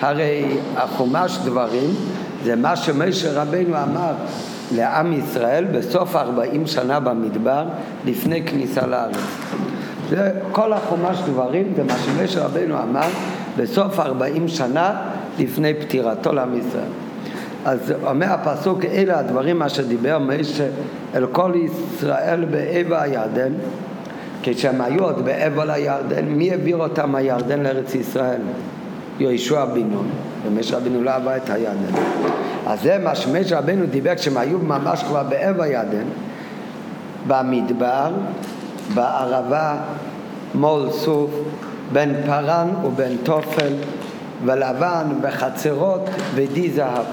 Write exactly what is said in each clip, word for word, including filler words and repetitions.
הרי החומש דברים זה מה שמשה רבינו אמר לעם ישראל בסוף ארבעים שנה במדבר לפני כניסה לארץ. זה, כל החומש דברים זה מה שמשה רבינו אמר בסוף ארבעים שנה לפני פטירתו לעם ישראל. אז אומר הפסוק, אלה הדברים אשר דיבר משה אל כל ישראל בעבר הירדן. כשהם היו עוד בעבר הירדן, מי העביר אותם מהירדן לארץ ישראל? יהושע בן נון, ומשה רבינו לא עבר את הירדן. אז זה מה שמשה רבינו דיבר כשהם היו ממש כבר בעבר הירדן, במדבר, בערבה, מול סוף, בין פרן ובין תופל, ולבן וחצרות ודי זהב.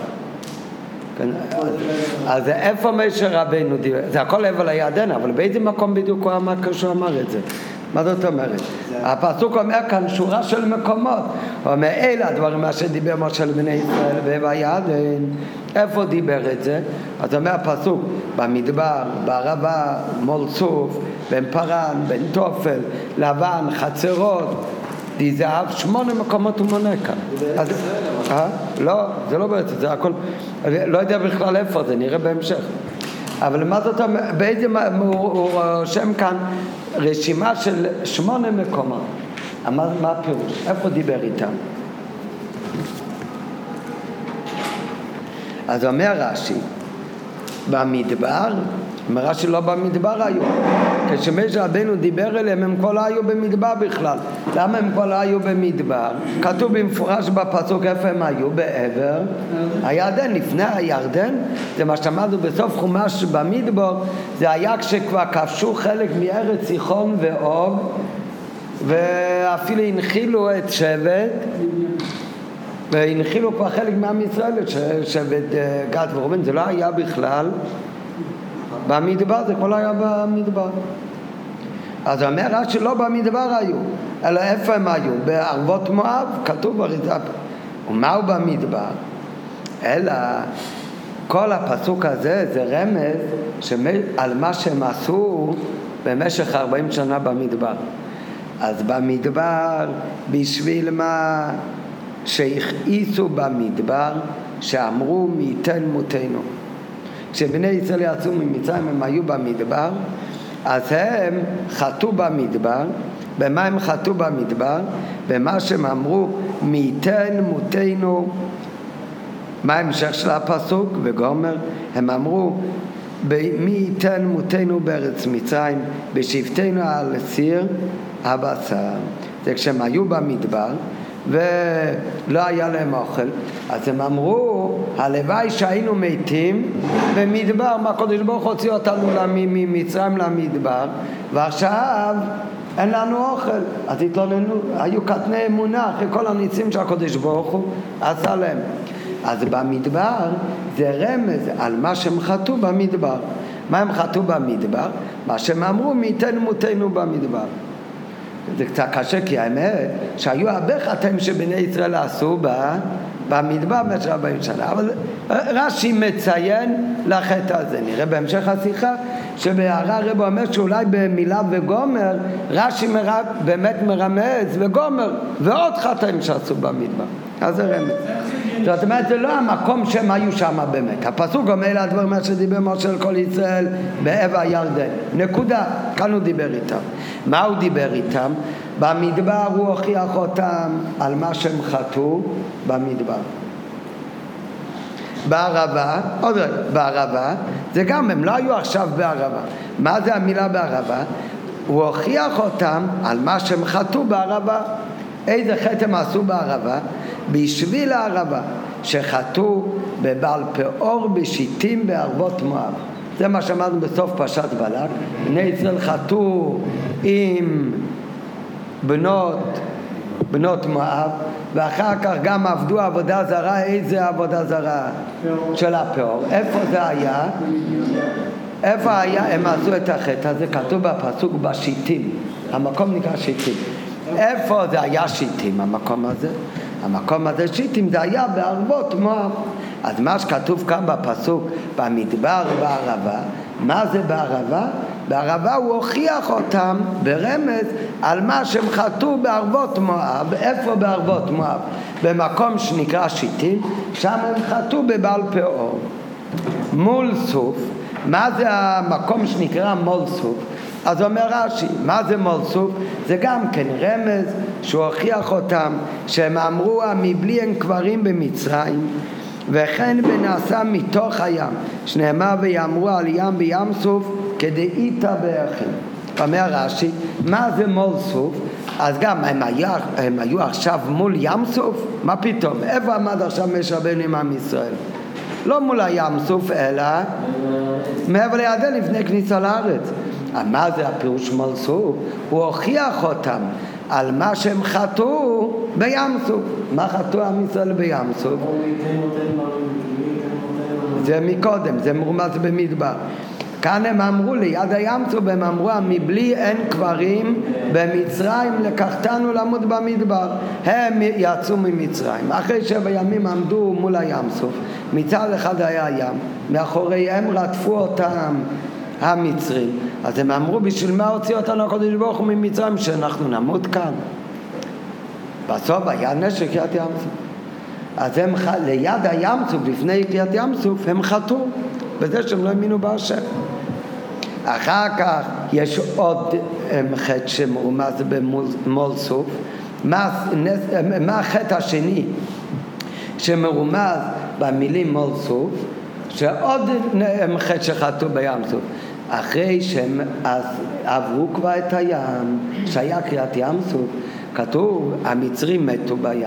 אז איפה משה רבינו דיבר? זה הכל עבר הירדן, אבל באיזה מקום בדיוק הוא אמר כשהוא אמר את זה? מה זאת אומרת? הפסוק אומר כאן שורה של מקומות. הוא אומר, אלה הדברים מה שדיבר משה לבני ישראל בעבר הירדן. איפה דיבר את זה? אז אומר הפסוק, במדבר, בערבה, מול סוף, בין פרן, בין תופל, לבן, חצרות, די זהב, שמונה מקומות הוא מונה כאן. אז, אה? לא, זה לא בעצם, זה הכל, לא יודע בכלל איפה זה, נראה בהמשך. אבל מה זאת אומרת, באיזה, הוא רושם כאן רשימה של שמונה מקומות. מה, מה הפירוש? איפה דיבר איתם? אז אומר רש"י, במדבר, אומר רש"י לא במדבר היו. כשמשה רבינו דיבר אליהם הם כבר לא היו במדבר בכלל. למה הם כבר לא היו במדבר? כתוב במפורש בפסוק איפה הם היו, בעבר הירדן, לפני הירדן. זה מה שאמרנו בסוף חומש במדבר, זה היה כשכבר כבשו חלק מארץ סיחון ואוג, ואפילו הנחילו את שבט, והנחילו כבר חלק מעם ישראל, שבט גד וראובן. זה לא היה בכלל במדבר, זה כבר היה במדבר. אז אומר רש"י לא במדבר היו, אלא איפה הם היו? בערבות מואב, כתוב בריזה. ומהו במדבר? אלא כל הפסוק הזה זה רמז שמי, על מה שהם עשו במשך ארבעים שנה במדבר. אז במדבר, בשביל מה שהכעיסו במדבר, שאמרו מי ייתן מותנו. כשבני ישראל יצאו ממצרים הם היו במדבר, אז הם חטאו במדבר. במה הם חטאו במדבר? במה שהם אמרו מי ייתן מותנו. מה המשך של הפסוק? וגומר הם אמרו מי ייתן מותנו בארץ מצרים בשבתנו על סיר הבשר. זה כשהם היו במדבר ולא היה להם אוכל, אז הם אמרו הלוואי שהיינו מתים במדבר, מה הקדוש ברוך הוא הוציא אותנו ממצרים למדבר ועכשיו אין לנו אוכל. אז התלוננו, היו קטני אמונה אחרי כל הניסים שהקדוש ברוך הוא עשה להם. אז במדבר זה רמז על מה שהם חטאו במדבר. מה הם חטאו במדבר? מה שהם אמרו מי ייתן מותנו במדבר. זה קצת קשה, כי האמת שהיו הרבה חטאים שבני ישראל עשו בה, במדבר במשך ארבעים שנה. אבל רש"י מציין לחטא הזה. נראה בהמשך השיחה שבהערה הרב אומר שאולי במילה וגומר רש"י מר... באמת מרמז וגומר ועוד חטאים שעשו במדבר. אז זה רמז. זאת אומרת, זה לא המקום שהם היו שם באמת. הפסוק אומר אלה הדברים מה שדיבר משה אל כל ישראל בעבר הירדן. נקודה. כאן הוא דיבר איתם. מה הוא דיבר איתם? במדבר הוא הוכיח אותם על מה שהם חטאו במדבר. בערבה, עוד רגע, בערבה, זה גם, הם לא היו עכשיו בערבה. מה זה המילה בערבה? הוא הוכיח אותם על מה שהם חטאו בערבה. איזה חטא הם עשו בערבה? בשביל הערבה, שחטאו בבעל פאור בשיטים בערבות מואב. זה מה שאמרנו בסוף פרשת בלק. בני ישראל חטאו עם בנות, בנות מואב, ואחר כך גם עבדו עבודה זרה. איזה עבודה זרה? של הפאור. איפה זה היה? איפה היה? הם עשו את החטא הזה, כתוב בפסוק בשיטים. המקום נקרא שיטים. איפה זה היה שיטים, המקום הזה? המקום הזה שיטים זה היה בערבות מואב. אז מה שכתוב כאן בפסוק במדבר בערבה, מה זה בערבה? בערבה הוא הוכיח אותם ברמז על מה שהם חטאו בערבות מואב. איפה בערבות מואב? במקום שנקרא שיטים, שם הם חטאו בבעל פאור. מול סוף, מה זה המקום שנקרא מול סוף? אז אומר רש"י, מה זה מול סוף? זה גם כן רמז שהוא הוכיח אותם שהם אמרו מבלי הם קברים במצרים, וכן בנעשה מתוך הים, שנאמר ויאמרו על ים בים סוף כדאיתא באחים. אומר רש"י, מה זה מול סוף? אז גם הם היו, הם היו עכשיו מול ים סוף? מה פתאום? איפה עמד עכשיו משה רבנו עם עם ישראל? לא מול הים סוף, אלא מעבר לירדן לפני כניסה לארץ. מה זה הפירוש מול סוף? הוא הוכיח אותם על מה שהם חטאו בים סוף. מה חטאו עם ישראל בים סוף? זה מקודם, זה מרומז במדבר. כאן הם אמרו ליד הים סוף, הם אמרו מבלי אין קברים במצרים לקחתנו למות במדבר. הם יצאו ממצרים, אחרי שבע ימים עמדו מול הים סוף, מצד אחד היה ים, מאחוריהם רדפו אותם המצרים. אז הם אמרו, בשביל מה הוציא אותנו הקדוש ברוך הוא ממצרים, שאנחנו נמות כאן? בסוף היה נשק קריאת ים סוף. אז הם ליד הים סוף, לפני קריאת ים סוף, הם חטאו בזה שהם לא האמינו בהשם. אחר כך יש עוד חטא שמרומז במול סוף. מה, מה החטא השני שמרומז במילים מול סוף? שעוד חטא שחטאו בים סוף. אחרי שהם עברו כבר את הים, שהיה קריאת ים סוף, כתוב המצרים מתו בים,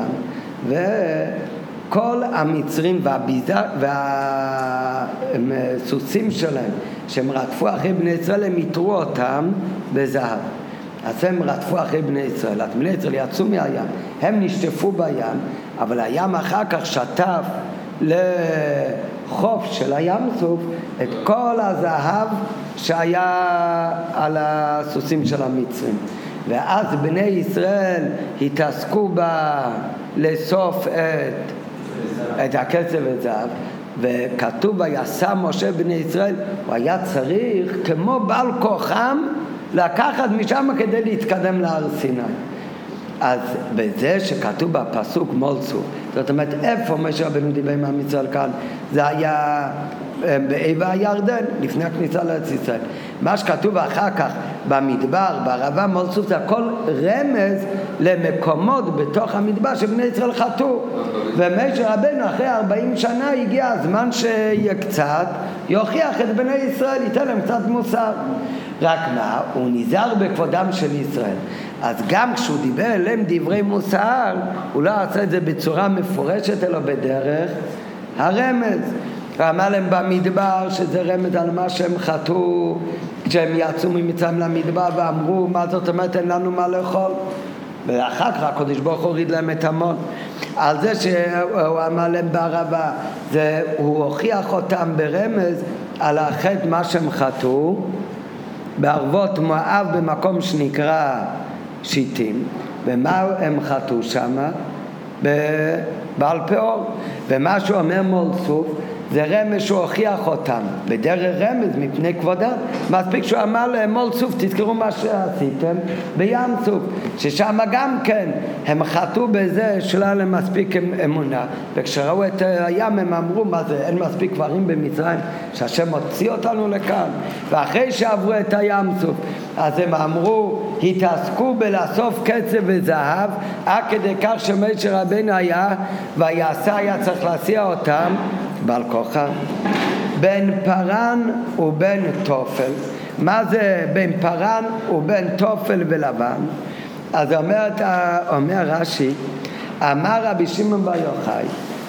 וכל המצרים והביזה והסוסים שלהם שהם רדפו אחרי בני ישראל, הם יתרו אותם בזהב. אז הם רדפו אחרי בני ישראל, בני ישראל יצאו מהים, הם נשטפו בים, אבל הים אחר כך שטף לחוף של הים סוף את כל הזהב שהיה על הסוסים של המצרים. ואז בני ישראל התעסקו בה לאסוף את, את הכסף וזהב, וכתוב ויסע משה בני ישראל, הוא היה צריך כמו בעל כוחם לקחת משם כדי להתקדם להר סיני. אז בזה שכתוב בפסוק מול סוף, זאת אומרת איפה משה רבנו דיבר עם עם ישראל כאן? זה היה בעבר הירדן לפני הכניסה לארץ ישראל. מה שכתוב אחר כך במדבר, בערבה, מול סוף, זה הכל רמז למקומות בתוך המדבר שבני ישראל חטאו. ומשה רבנו אחרי ארבעים שנה הגיע הזמן שיהיה קצת, יוכיח את בני ישראל, ייתן להם קצת מוסר. רק מה? הוא נזהר בכבודם של ישראל. אז גם כשהוא דיבר אליהם דברי מוסר, הוא לא עשה את זה בצורה מפורשת אלא בדרך הרמז. הוא אמר להם במדבר שזה רמז על מה שהם חטאו כשהם יצאו ממצרים למדבר ואמרו מה זאת אומרת אין לנו מה לאכול, ואחר כך הקדוש ברוך הוא הוריד להם את המון. על זה שהוא אמר להם בערבה, זה, הוא הוכיח אותם ברמז על החטא מה שהם חטאו בערבות מואב במקום שנקרא שיטים. ומה הם חטאו שם? בבעל פאור. ומה שהוא אומר מול סוף זה רמז שהוא הוכיח אותם בדרך רמז מפני כבודם. מספיק שהוא אמר להם מול סוף תזכרו מה שעשיתם בים סוף, ששם גם כן הם חטאו בזה שלא להם מספיק אמונה, וכשראו את הים הם אמרו מה זה, אין מספיק קברים במצרים שהשם הוציא אותנו לכאן. ואחרי שעברו את הים סוף אז הם אמרו התעסקו בלאסוף כסף וזהב עד כדי כך שמשה רבנו היה ויעשה היה צריך להסיע אותם בעל כוחם. בין פרן ובין תופל. מה זה בין פרן ובין תופל ולבן? אז אומר, אומר רש"י, אמר רבי שמעון בר יוחאי,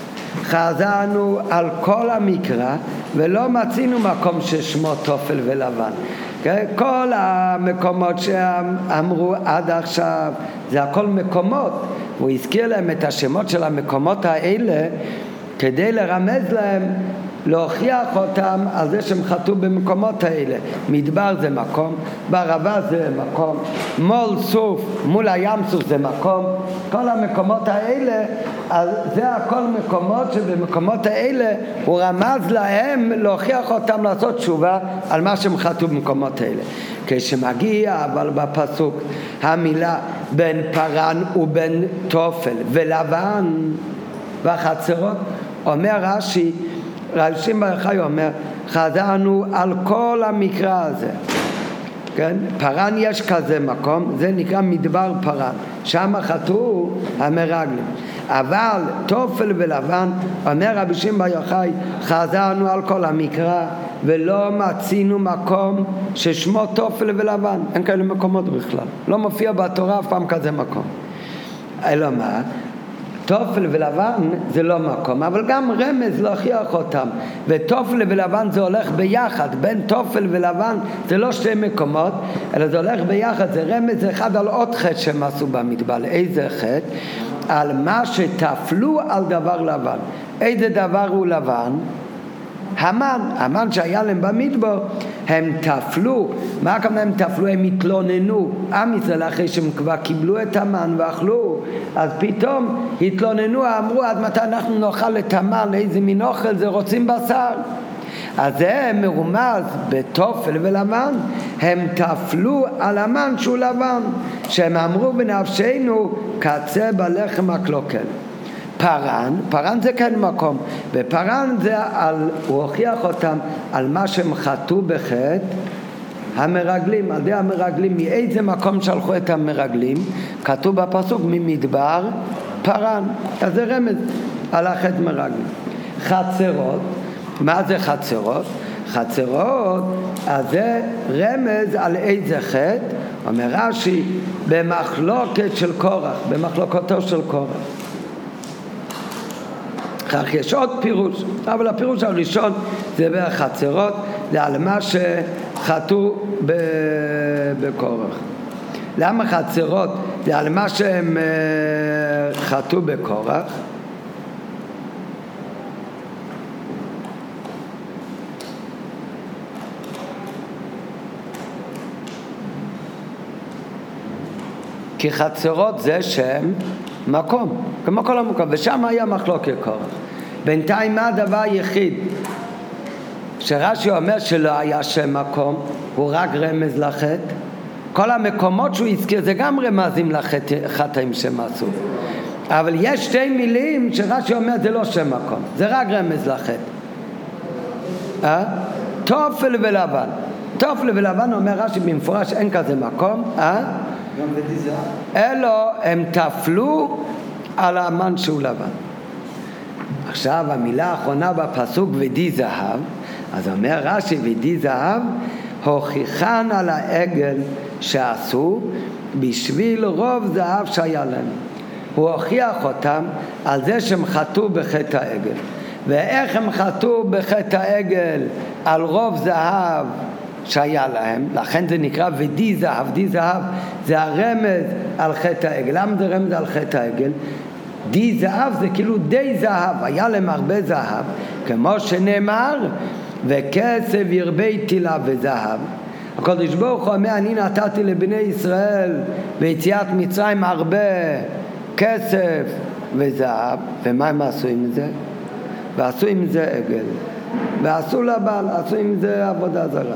חזרנו על כל המקרא ולא מצינו מקום ששמו תופל ולבן. כל המקומות שאמרו עד עכשיו זה הכל מקומות, הוא הזכיר להם את השמות של המקומות האלה כדי לרמז להם להוכיח אותם על זה שהם חטאו במקומות האלה. מדבר זה מקום, בערבה זה מקום, מול סוף מול הים סוף זה מקום, כל המקומות האלה, זה הכל מקומות שבמקומות האלה הוא רמז להם להוכיח אותם לעשות תשובה על מה שהם חטאו במקומות האלה. כשמגיע אבל בפסוק המילה בין פרן ובין תופל ולבן והחצרות, אומר רש"י, רש"י ברחי אומר, חזרנו על כל המקרא הזה, כן? פרן יש כזה מקום, זה נקרא מדבר פרן, שם חטאו המרגלים. אבל תופל ולבן, אומר רבי שמעון בר יוחאי, חזרנו על כל המקרא ולא מצינו מקום ששמו תופל ולבן. אין כאלה מקומות בכלל, לא מופיע בתורה אף פעם כזה מקום. אלא מה? תופל ולבן זה לא מקום, אבל גם רמז להוכיח אותם, ותופל ולבן זה הולך ביחד. בין תופל ולבן זה לא שתי מקומות, אלא זה הולך ביחד, זה רמז אחד על עוד חטא שהם עשו במדבר. איזה חטא? על מה שתפלו על דבר לבן. איזה דבר הוא לבן? המן, המן שהיה להם במדבר, הם תפלו. מה הכוונה הם תפלו? הם התלוננו. עם ישראל אחרי שהם כבר קיבלו את המן ואכלו, אז פתאום התלוננו, אמרו עד מתי אנחנו נאכל את המן, איזה מין אוכל זה, רוצים בשר. אז זה מרומז בתופל ולבן, הם תפלו על המן שהוא לבן, שהם אמרו בנפשנו קצה בלחם הקלוקל. פרן, פרן זה כן מקום, בפרן זה על, הוא הוכיח אותם על מה שהם חטאו בחטא המרגלים, על ידי המרגלים. מאיזה מקום שלחו את המרגלים? כתוב בפסוק ממדבר פרן, אז זה רמז על החטא מרגלים. חצרות, מה זה חצרות? חצרות, אז זה רמז על איזה חטא? אומר רש"י, במחלוקת של קורח, במחלוקתו של קורח. כך יש עוד פירוש, אבל הפירוש הראשון זה בחצרות, זה על מה שחטאו בקורח. למה חצרות? זה על מה שהם חטאו בקורח. כי חצרות זה שם מקום, כמו כל המקום, ושם היה מחלוקת קורח. בינתיים מה הדבר היחיד שרש"י אומר שלא היה שם מקום, הוא רק רמז לחטא? כל המקומות שהוא הזכיר זה גם רמזים לחטאים שהם עשו, אבל יש שתי מילים שרש"י אומר זה לא שם מקום, זה רק רמז לחטא. אה? תופל ולבן. תופל ולבן אומר רש"י במפורש אין כזה מקום. אה? גם ודי זהב. אלו הם תפלו על המן שהוא לבן. עכשיו המילה האחרונה בפסוק ודי זהב, אז אומר רש"י ודי זהב הוכיחן על העגל שעשו בשביל רוב זהב שהיה להם. הוא הוכיח אותם על זה שהם חטאו בחטא העגל. ואיך הם חטאו בחטא העגל? על רוב זהב שהיה להם, לכן זה נקרא ודי זהב. די זהב זה הרמז על חטא העגל. למה זה רמז על חטא העגל? די זהב זה כאילו די זהב, היה להם הרבה זהב, כמו שנאמר וכסף ירבי תילה וזהב. הקדוש ברוך הוא אומר אני נתתי לבני ישראל ביציאת מצרים הרבה כסף וזהב. ומה הם עשו עם זה? ועשו עם זה עגל, ועשו לבעל, עשו עם זה עבודה זרה.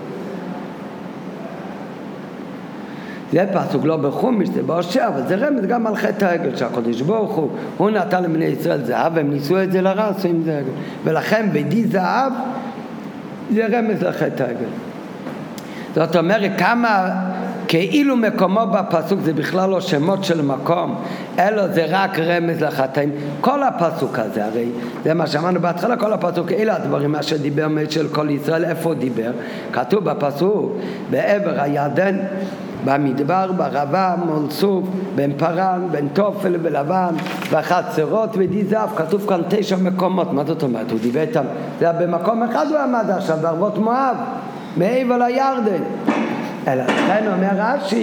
זה פסוק לא בחומש, זה בהושע, אבל זה רמז גם על חטא העגל, שהקדוש ברוך הוא, הוא נתן לבני ישראל זהב, והם ניסו את זה לרע, עשו עם זה עגל. ולכן בדי זהב זה רמז לחטא העגל. זאת אומרת, כמה כאילו מקומו בפסוק זה בכלל לא שמות של מקום, אלא זה רק רמז לחטאים. כל הפסוק הזה, הרי זה מה שאמרנו בהתחלה, כל הפסוק, אלה הדברים מה שדיבר מאת של כל ישראל. איפה דיבר? כתוב בפסוק, בעבר הירדן, במדבר, בערבה, מול סוף, בין פרן, בין תופל ולבן, בחצרות ודי זהב. כתוב כאן תשע מקומות. מה זאת אומרת? הוא דיבר איתם, זה במקום אחד הוא עמד עכשיו, בערבות מואב, מעבר לירדן. אלא לכן אומר רש"י,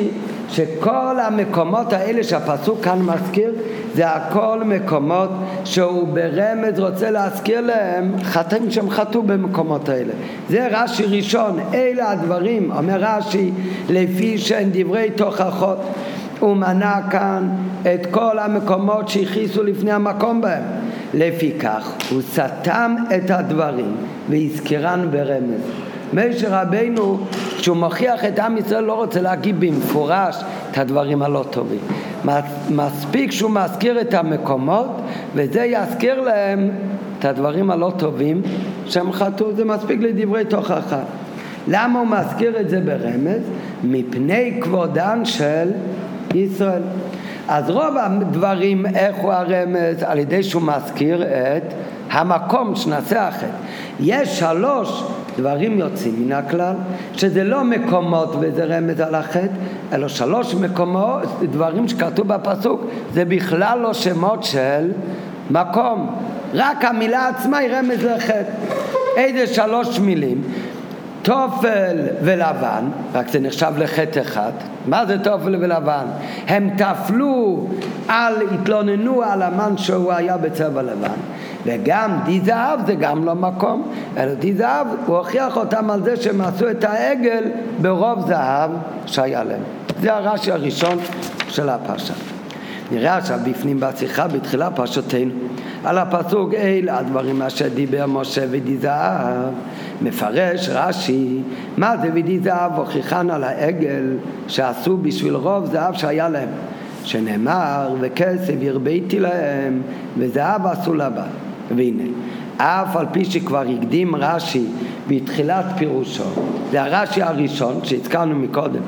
שכל המקומות האלה שהפסוק כאן מזכיר, זה הכל מקומות שהוא ברמז רוצה להזכיר להם חטאים שהם חטאו במקומות האלה. זה רש"י ראשון, אלה הדברים, אומר רש"י, לפי שהן דברי תוכחות. הוא מנה כאן את כל המקומות שהכיסו לפני המקום בהם. לפי כך הוא סתם את הדברים והזכירן ברמז. משה רבינו, כשהוא מוכיח את עם ישראל, לא רוצה להגיד במפורש את הדברים הלא טובים. מספיק שהוא מזכיר את המקומות, וזה יזכיר להם את הדברים הלא טובים שהם חטאו. זה מספיק לדברי תוכחה. למה הוא מזכיר את זה ברמז? מפני כבודן של ישראל. אז רוב הדברים, איך הוא הרמז? על ידי שהוא מזכיר את המקום שנעשה החטא. יש שלוש דברים יוצאים מן הכלל, שזה לא מקומות וזה רמז על החטא, אלא שלוש מקומות, דברים שכתוב בפסוק, זה בכלל לא שמות של מקום. רק המילה עצמה היא רמז לחטא. איזה שלוש מילים? תופל ולבן, רק זה נחשב לחטא אחד. מה זה תופל ולבן? הם תפלו על, התלוננו על המן שהוא היה בצבע לבן. וגם די זהב זה גם לא מקום, אלא די זהב הוא הוכיח אותם על זה שהם עשו את העגל ברוב זהב שהיה להם. זה הרש"י הראשון של הפרשה. נראה עכשיו בפנים בשיחה בתחילה פרשתנו על הפסוק אלה הדברים אשר דיבר משה ודי זהב. מפרש רש"י מה זה ודי זהב, הוכיחן על העגל שעשו בשביל רוב זהב שהיה להם, שנאמר וכסף הרביתי להם וזהב עשו לבן. והנה, אף על פי שכבר הקדים רש"י בתחילת פירושו, זה הרש"י הראשון שהזכרנו מקודם,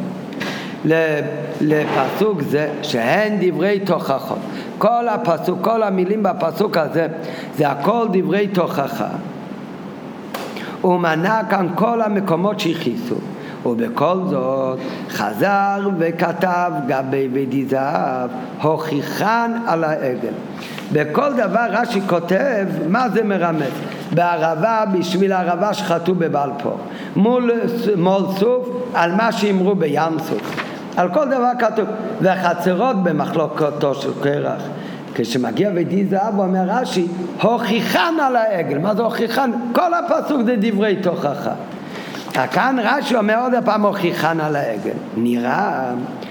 לפסוק זה שהן דברי תוכחות. כל הפסוק, כל המילים בפסוק הזה זה הכל דברי תוכחה. הוא מנה כאן כל המקומות שהכיסו, ובכל זאת חזר וכתב גבי ודי זהב הוכיחן על העגל. בכל דבר רש"י כותב מה זה מרמז. בערבה, בשביל הערבה שחטאו בבעל פור, מול מול סוף על מה שאמרו בים סוף, על כל דבר כתוב. והחצרות במחלוקתו של קרח. כשמגיע ודי זהב אומר רש"י הוכיחן על העגל. מה זה הוכיחן? כל הפסוק זה דברי תוכחה. כאן רש"י אומר עוד הפעם הוכיחן על העגל. נראה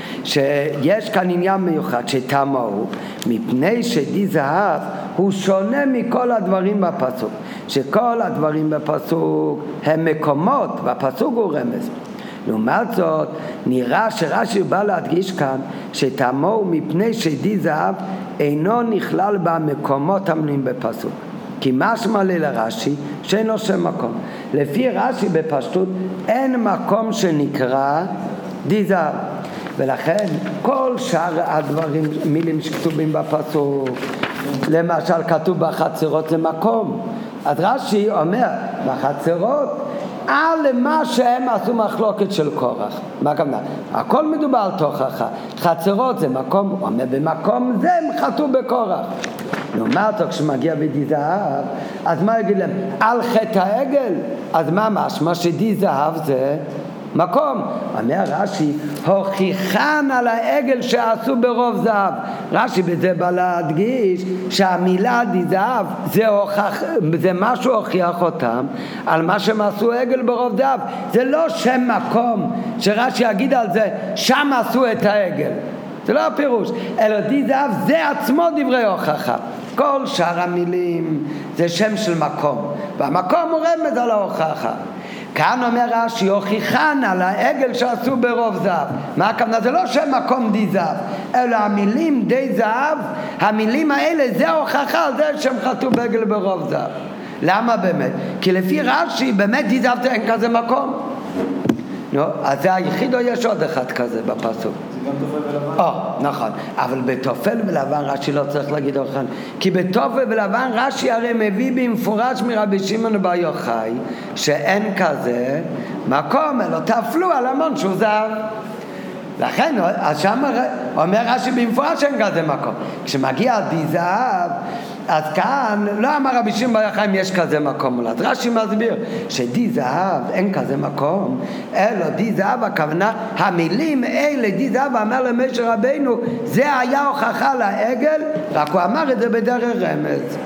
שיש כאן עניין מיוחד שתמהו מפני שדי זהב הוא שונה מכל הדברים בפסוק, שכל הדברים בפסוק הם מקומות והפסוק הוא רמז. לעומת זאת נראה שרש"י בא להדגיש כאן שתמהו מפני שדי זהב אינו נכלל במקומות המנויים בפסוק, כי משמע לרש"י שאין לו שם מקום. לפי רש"י בפשטות אין מקום שנקרא די זהב, ולכן כל שאר הדברים, מילים שכתובים בפסוק, למשל כתוב בחצרות זה מקום, אז רש"י אומר בחצרות על מה שהם עשו מחלוקת של קורח. מה כמובן? הכל מדובר על תוכחה. חצרות זה מקום, הוא אומר במקום זה הם חטאו בקורח. לעומת זאת כשמגיע ודי זהב, אז מה יגיד להם? על חטא העגל? אז מה משמע שדי זהב זה מקום? אומר רש"י הוכיחן על העגל שעשו ברוב זהב. רש"י בזה בא להדגיש שהמילה די זהב זה, הוכח, זה משהו הוכיח אותם על מה שהם עשו עגל ברוב זהב. זה לא שם מקום שרש"י יגיד על זה שם עשו את העגל, זה לא הפירוש, אלא די זהב זה עצמו דברי הוכחה. כל שאר המילים זה שם של מקום, והמקום הוא רמז על ההוכחה. כאן אומר רש"י הוכיחן על העגל שעשו ברוב זהב. מה הכוונה? זה לא שם מקום די זהב, אלא המילים די זהב, המילים האלה זה ההוכחה על זה שהם חטאו בעגל ברוב זהב. למה באמת? כי לפי רש"י באמת די זהב אין כזה מקום. נו, אז זה היחיד או יש עוד אחד כזה בפסוק? גם תופל ולבן. או, נכון, אבל בתופל ולבן רש"י לא צריך להגיד אוכן, כי בתופל ולבן רש"י הרי מביא במפורש מרבי שמעון בר יוחאי שאין כזה מקום, אלא תפלו על המון שהוא זהב. לכן, אז שם אומר רש"י במפורש שאין כזה מקום. כשמגיע די זהב, אז כאן לא אמר רבי שמעון בר יוחאי אם יש כזה מקום מולד. רש"י מסביר שדי זהב אין כזה מקום, אלא די זהב הכוונה המילים אלה, די זהב אמר למשה רבינו זה היה הוכחה לעגל, רק הוא אמר את זה בדרך רמז.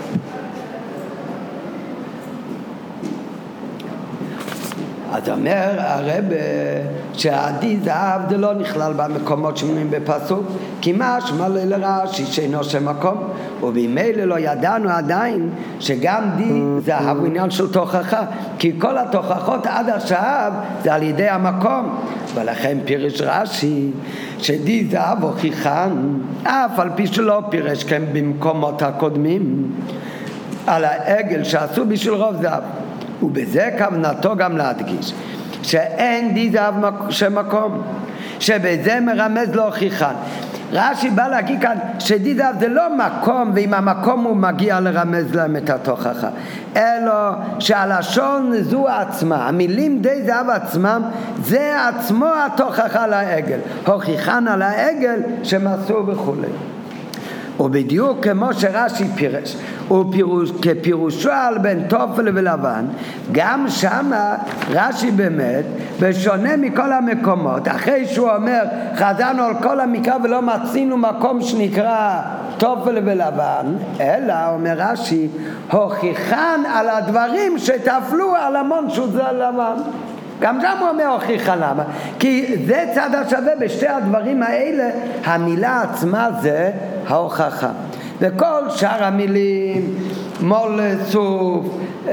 אז אומר הרב שהדי זהב זה לא נכלל במקומות שמונים בפסוק, כי משמע לרש"י שאינו שם מקום, ובמילא לא ידענו עדיין שגם די זהב הוא עניין של תוכחה, כי כל התוכחות עד עכשיו זה על ידי המקום, ולכן פירש רש"י שדי זהב הוכיחן אף על פי שלא פירש כן במקומות הקודמים על העגל שעשו בשביל רוב זהב, ובזה כוונתו גם להדגיש שאין די זהב שם מקום, שבזה מרמז להוכיחן. רש"י בא להגיד כאן שדי זהב זה לא מקום, ואם המקום הוא מגיע לרמז להם את התוכחה, אלא שהלשון זו עצמה, המילים די זהב עצמם זה עצמו התוכחה לעגל, הוכיחן על העגל שמסו וכו'. ובדיוק כמו שרש"י פירש וכפירושו על בין תופל ולבן, גם שמה רש"י באמת בשונה מכל המקומות, אחרי שהוא אומר חזרנו על כל המקרא ולא מצינו מקום שנקרא תופל ולבן, אלא אומר רש"י הוכיחן על הדברים שתפלו על המון שהוא זה לבן. גם שם הוא אומר הוכיחה, למה? כי זה צד השווה בשתי הדברים האלה, המילה עצמה זה ההוכחה, וכל שאר המילים מול צוף,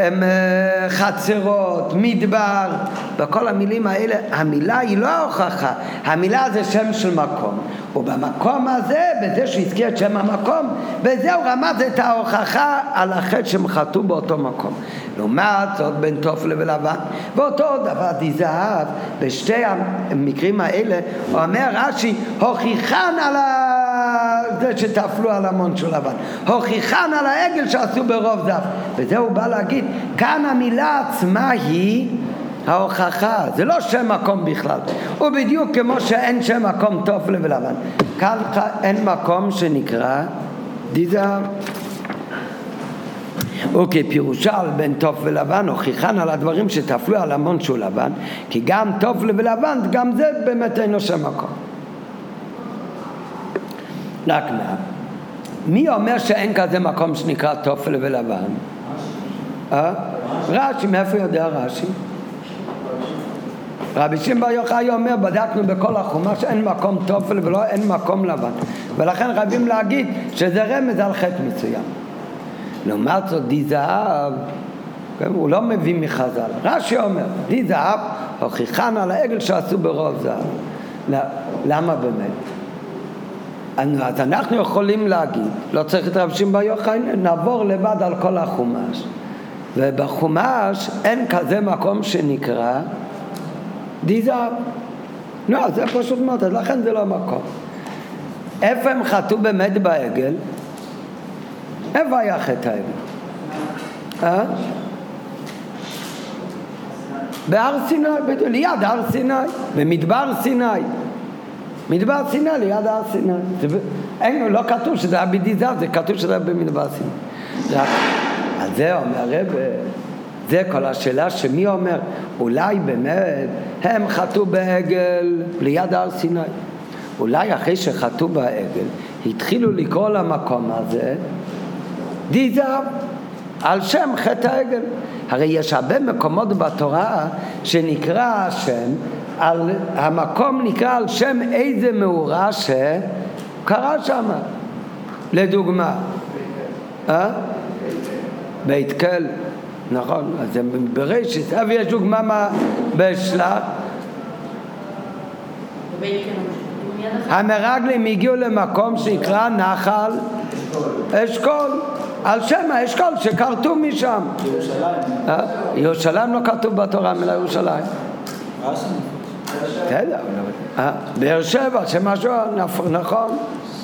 חצרות, מדבר, וכל המילים האלה המילה היא לא ההוכחה, המילה זה שם של מקום, ובמקום הזה, בזה שהזכיר את שם המקום, בזה הוא רמז את ההוכחה על החטא שהם חטאו באותו מקום. לעומת זאת בין תופל ולבן, ואותו דבר די זהב, בשתי המקרים האלה הוא אומר רש"י הוכיחן על זה שתפלו על המון של לבן, הוכיחן על העגל שעשו ברוב זהב, וזה הוא בא להגיד כאן המילה עצמה היא ההוכחה, זה לא שם מקום בכלל, ובדיוק כמו שאין שם מקום תופל ולבן, כאן אין מקום שנקרא די זהב. וכפירושה על בין תופל ולבן הוכיחן על הדברים שתפלו על המון שהוא לבן, כי גם תופל ולבן גם זה באמת אינו שם מקום. רק מה? מי אומר שאין כזה מקום שנקרא תופל ולבן? אה? רש"י, מאיפה יודע רש"י? רבי שמעון בר יוחאי אומר בדקנו בכל החומש אין מקום תופל ולא אין מקום לבן, ולכן חייבים להגיד שזה רמז על חטא מסוים. לעומת זאת די זהב הוא לא מביא מחז"ל, רש"י אומר די זהב הוכיחן על העגל שעשו ברוב זהב. למה באמת? אז אנחנו יכולים להגיד לא צריך את רבי שמעון בר יוחאי, נעבור לבד על כל החומש, ובחומש אין כזה מקום שנקרא די זהב. לא, זה פשוט מאוד, לכן זה לא מקום. איפה הם חטאו באמת בעגל? איפה היה חטא העגל? אה? בהר סיני, ליד הר סיני, במדבר סיני. מדבר סיני ליד הר סיני. אין, לא כתוב שזה היה בדי זהב, זה כתוב שזה היה במדבר סיני. על זה אומר הרב, זה כל השאלה שמי אומר, אולי באמת הם חטאו בעגל ליד הר סיני. אולי אחרי שחטאו בעגל, התחילו לקרוא למקום הזה די זהב, על שם חטא העגל. הרי יש הרבה מקומות בתורה שנקרא השם, על המקום נקרא על שם איזה מאורע שקרה שם. לדוגמה, אה? בית כל, נכון, אז זה בראשית, אבל יש דוגמה מה בשלח. המרגלים הגיעו למקום שנקרא נחל אשכול, על שם האשכול שקרתו משם. ירושלים. ירושלים לא כתוב בתורה מילה ירושלים. באר שבע, שמשהו נכון.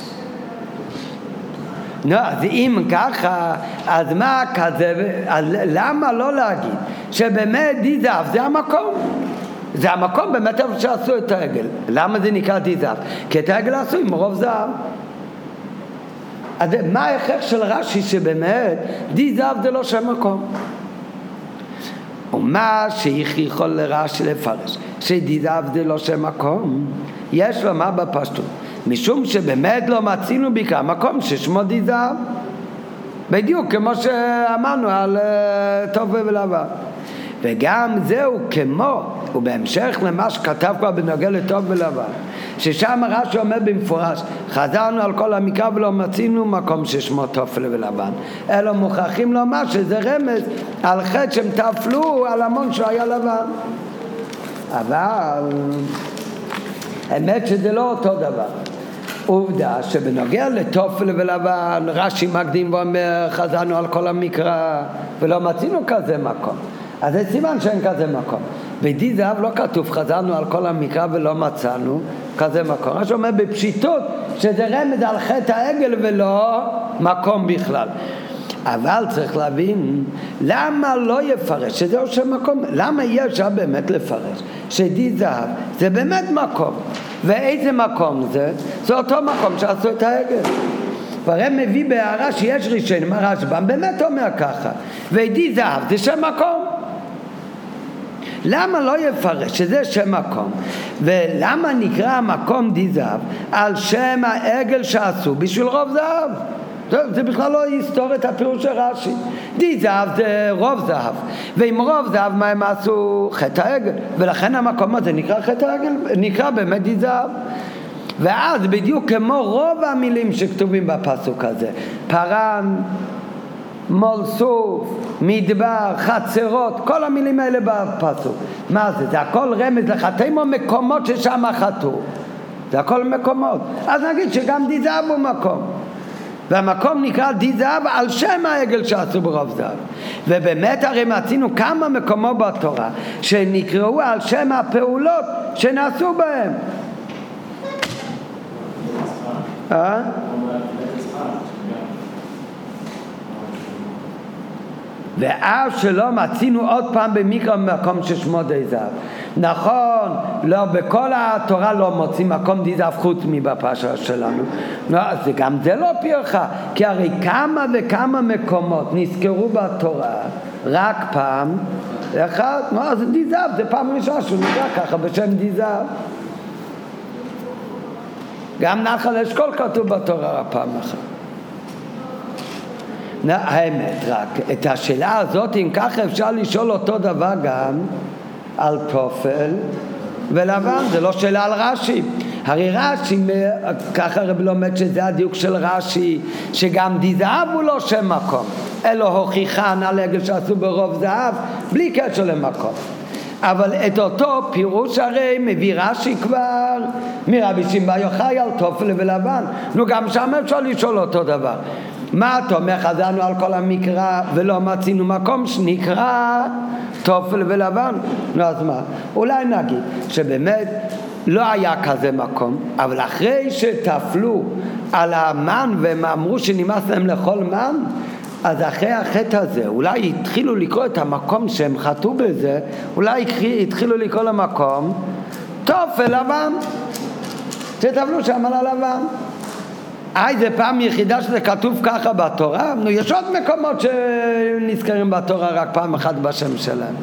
נו, אז אם ככה, אז מה כזה, למה לא להגיד שבאמת די זהב זה המקום? זה המקום באמת איפה שעשו את העגל. למה זה נקרא די זהב? כי את העגל עשו עם רוב זהב. אז מה ההכרח של רש"י שבאמת די זהב זה לא שם מקום? ומה שהכריחו לרש"י לפרש שדי זהב זה לא שם מקום, יש לו מה בפשטות? משום שבאמת לא מצינו בעיקר מקום ששמו די זהב, בדיוק כמו שאמרנו על טוב ולבן. וגם זהו כמו, ובהמשך למה שכתב כבר בנוגע לטוב ולבן, ששם רש"י אומר במפורש, חזרנו על כל המקרא ולא מצינו מקום ששמו טוב ולבן, אלא מוכרחים לומר שזה רמז על חטא שהם תפלו על המון שהיה לבן. אבל האמת שזה לא אותו דבר. עובדה שבנוגע לטופל ולבן רש"י מקדים ואומר חזרנו על כל המקרא ולא מצינו כזה מקום, אז זה סימן שאין כזה מקום. בדי זהב לא כתוב חזרנו על כל המקרא ולא מצאנו כזה מקום. רש"י אומר בפשיטות שזה רמז על חטא העגל ולא מקום בכלל. אבל צריך להבין למה לא יפרש שזהו שם מקום, למה יהיה אפשר באמת לפרש שדי זהב זה באמת מקום. ואיזה מקום זה? זה אותו מקום שעשו את העגל. והרי מביא בהערה שיש ראשון, מה רשב"ם באמת אומר ככה, ודי זהב זה שם מקום. למה לא יפרש שזה שם מקום? ולמה נקרא המקום די זהב? על שם העגל שעשו בשביל רוב זהב. זה, זה בכלל לא יסתור את הפירוש של רש"י. די זהב זה רוב זהב, ועם רוב זהב מה הם עשו? חטא העגל, ולכן המקום הזה נקרא חטא העגל, נקרא באמת די זהב. ואז בדיוק כמו רוב המילים שכתובים בפסוק הזה, פרן, מולסוף, מדבר, חצרות, כל המילים האלה בפסוק, מה זה? זה הכל רמז לחטאים או מקומות ששם חטאו, זה הכל מקומות. אז נגיד שגם די זהב הוא מקום, והמקום נקרא די זהב על שם העגל שעשו ברוב זהב. ובאמת הרי מצינו כמה מקומות בתורה שנקראו על שם הפעולות שנעשו בהם. אה? ואף שלא מצינו עוד פעם במקרא מקום ששמו די זהב. נכון, לא, בכל התורה לא מוצאים מקום די זהב חוץ מבפרשה שלנו. לא, זה גם זה לא פירך, כי הרי כמה וכמה מקומות נזכרו בתורה רק פעם אחד. לא, אז די זהב זה פעם ראשונה שהוא נקרא ככה בשם די זהב. גם נחל אשכול כתוב בתורה רק פעם אחת. האמת, רק את השאלה הזאת, אם ככה אפשר לשאול אותו דבר גם על טופל ולבן, זה לא שאלה על רש"י. הרי רש"י, ככה הרב לומד שזה הדיוק של רש"י, שגם די זהב הוא לא שם מקום, אלא הוכיחן על עגל שעשו ברוב זהב, בלי קשר למקום. אבל את אותו פירוש הרי מביא רש"י כבר מרבי שמעון בר יוחאי על טופל ולבן. נו, גם שם אפשר לשאול אותו דבר. מה אתה אומר? חזרנו על כל המקרא ולא מצינו מקום שנקרא טופל ולבן. נו, אז מה? אולי נגיד שבאמת לא היה כזה מקום, אבל אחרי שטפלו על המן והם אמרו שנמאס להם לאכול מן, אז אחרי החטא הזה אולי התחילו לקרוא את המקום שהם חטאו בזה, אולי התחילו לקרוא למקום טופל לבן, שטפלו שם על הלבן. איי, זה פעם יחידה שזה כתוב ככה בתורה? נו, יש עוד מקומות שנזכרים בתורה רק פעם אחת בשם שלהם.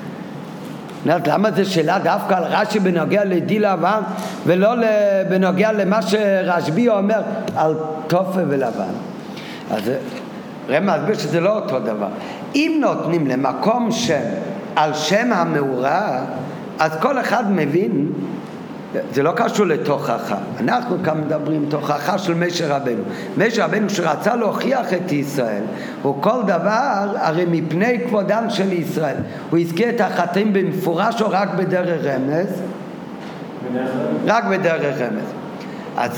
למה זה שאלה דווקא על רש"י בנוגע לדי לבן ולא בנוגע למה שרשב"י אומר על טופל ולבן? אז רמז מסביר שזה לא אותו דבר. אם נותנים למקום שם על שם המאורע, אז כל אחד מבין, זה לא קשור לתוכחה. אנחנו כאן מדברים תוכחה של משה רבנו. משה רבנו שרצה להוכיח את ישראל, הוא כל דבר הרי מפני כבודם של ישראל. הוא הזכיר את החטאים במפורש או רק בדרך רמז? רק בדרך רמז. אז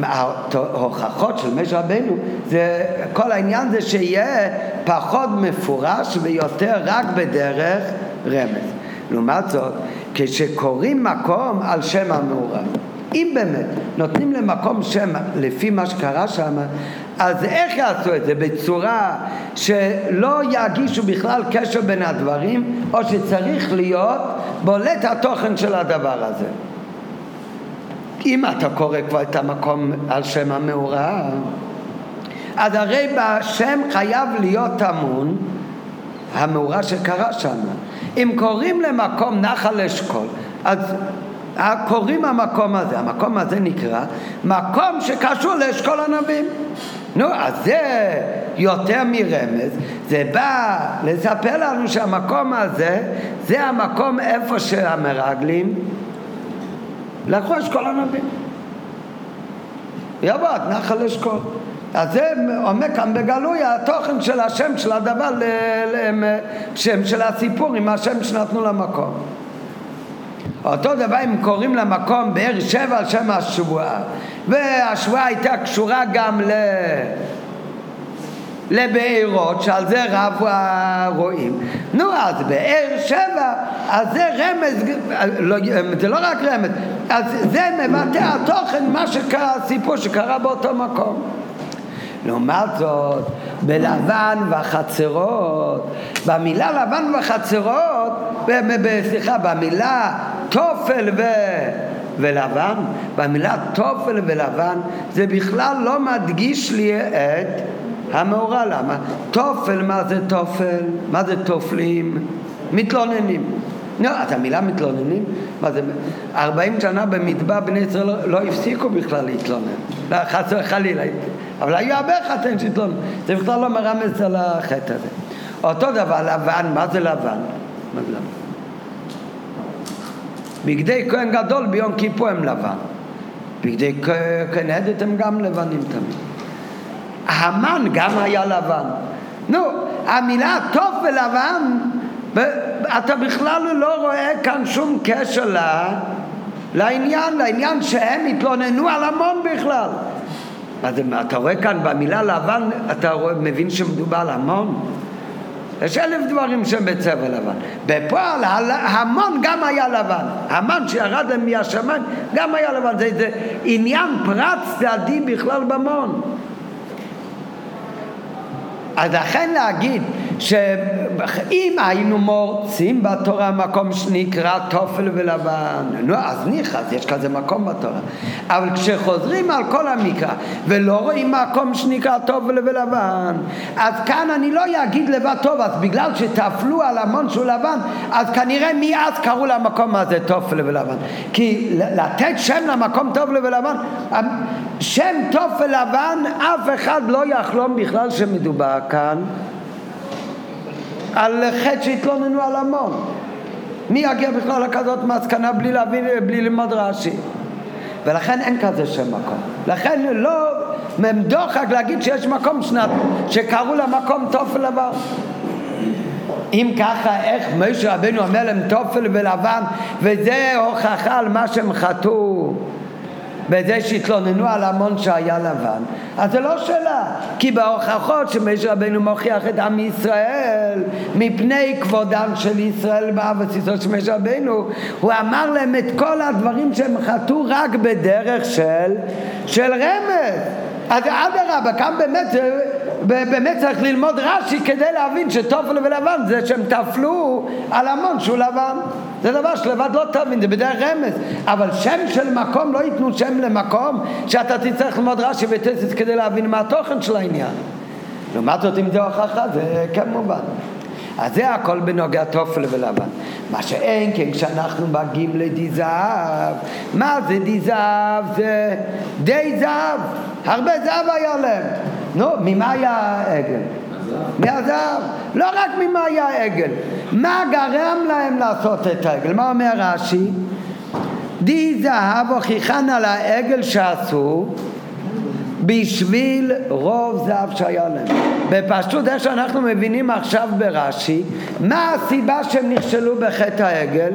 ההוכחות של משה רבנו, זה, כל העניין זה שיהיה פחות מפורש ויותר רק בדרך רמז. לעומת זאת, כשקוראים מקום על שם המאורע, אם באמת נותנים למקום שם לפי מה שקרה שם, אז איך יעשו את זה? בצורה שלא יגישו בכלל קשר בין הדברים, או שצריך להיות בולט התוכן של הדבר הזה. אם אתה קורא כבר את המקום על שם המאורע, אז הרי בשם חייב להיות טמון המאורע שקרה שם. אם קוראים למקום נחל אשכול, אז קוראים המקום הזה, המקום הזה נקרא מקום שקשור לאשכול הנביאים. נו, אז זה יותר מרמז, זה בא לספר לנו שהמקום הזה זה המקום איפה שהמרגלים לקחו אשכול הנביאים. יבוא, נחל אשכול. אז זה אומר כאן בגלוי התוכן של השם של הדבר, שם של הסיפור עם השם שנתנו למקום. אותו דבר אם קוראים למקום באר שבע על שם השבועה, והשבועה הייתה קשורה גם ל... לבארות שעל זה רב רואים. נו, אז באר שבע, אז זה רמז, לא, זה לא רק רמז, אז זה מבטא התוכן מה שקרה, הסיפור שקרה באותו מקום. לעומת זאת, בלבן וחצרות, במילה לבן וחצרות, סליחה, במילה תופל ו... ולבן, במילה תופל ולבן, זה בכלל לא מדגיש לי את המאורע. למה? תופל, מה זה תופל? מה זה תופלים? מתלוננים. לא, אז המילה מתלוננים, מה זה? ארבעים שנה במדבר בני ישראל לא הפסיקו בכלל להתלונן. לא, חס וחלילה. אבל היו הרבה חטאים שהתלוננו. זה בכלל לא מרמז על החטא הזה. אותו דבר, לבן, מה זה לבן? מה זה לבן? בגדי כהן גדול ביום כיפור הם לבן. בגדי כהן הדת הם גם לבנים תמיד. המן גם היה לבן. נו, המילה טוב ולבן, אתה בכלל לא רואה כאן שום קשר לה, לעניין, לעניין שהם התלוננו על המון בכלל. אז אתה רואה כאן במילה לבן, אתה רואה, מבין שמדובר על המון? יש אלף דברים שהם בצבע לבן. בפועל המון גם היה לבן. המן שירד מהשמיים גם היה לבן. זה, זה עניין פרט צדדי בכלל במון. אז לכן להגיד שאם היינו מורצים בתורה מקום שנקרא תופל ולבן, נו, אז ניחא, יש כזה מקום בתורה. אבל כשחוזרים על כל המקרא ולא רואים מקום שנקרא תופל ולבן, אז כאן אני לא אגיד לבד טוב, אז בגלל שתפלו על המון שהוא לבן, אז כנראה מיד קראו למקום הזה תופל ולבן. כי לתת שם למקום תופל ולבן, שם תופל ולבן, אף אחד לא יחלום בכלל שמדובר כאן על חטא שהתלוננו על המון. מי יגיע בכלל לכזאת מסקנה בלי להבין, בלי ללמוד רש"י? ולכן אין כזה שם מקום. לכן לא ממדוחק להגיד שיש מקום שנת שקראו למקום תופל לבן. אם ככה, איך משה רבנו אומר להם תופל ולבן, וזה הוכחה על מה שהם חטאו בזה שהתלוננו על המון שהיה לבן, אז זה לא שאלה, כי בהוכחות שמשה רבנו מוכיח את עם ישראל מפני כבודם של ישראל בארץ ישראל של משה רבנו, הוא אמר להם את כל הדברים שהם חטאו רק בדרך של של רמז. אז אדרבה, כאן באמת באמת צריך ללמוד רש"י כדי להבין שתופל ולבן זה שהם תפלו על המון שהוא לבן. זה דבר שלבד לא תבין, זה בדרך רמז. אבל שם של מקום, לא ייתנו שם למקום שאתה תצטרך ללמוד רש"י ותוספות כדי להבין מה התוכן של העניין. לעומת זאת, אם זה הוכחה, זה כמובן. אז זה הכל בנוגע תופל ולבן. מה שאין כן כשאנחנו מגיעים לדי זהב, מה זה די זהב? זה די זהב, הרבה זהב היה להם. נו, ממה היה העגל? מהזהב. לא רק ממה היה העגל, מה גרם להם לעשות את העגל? מה אומר רש"י? די זהב הוכיחן על העגל שעשו בשביל רוב זהב שהיה להם. בפשטות איך שאנחנו מבינים עכשיו ברש"י, מה הסיבה שהם נכשלו בחטא העגל?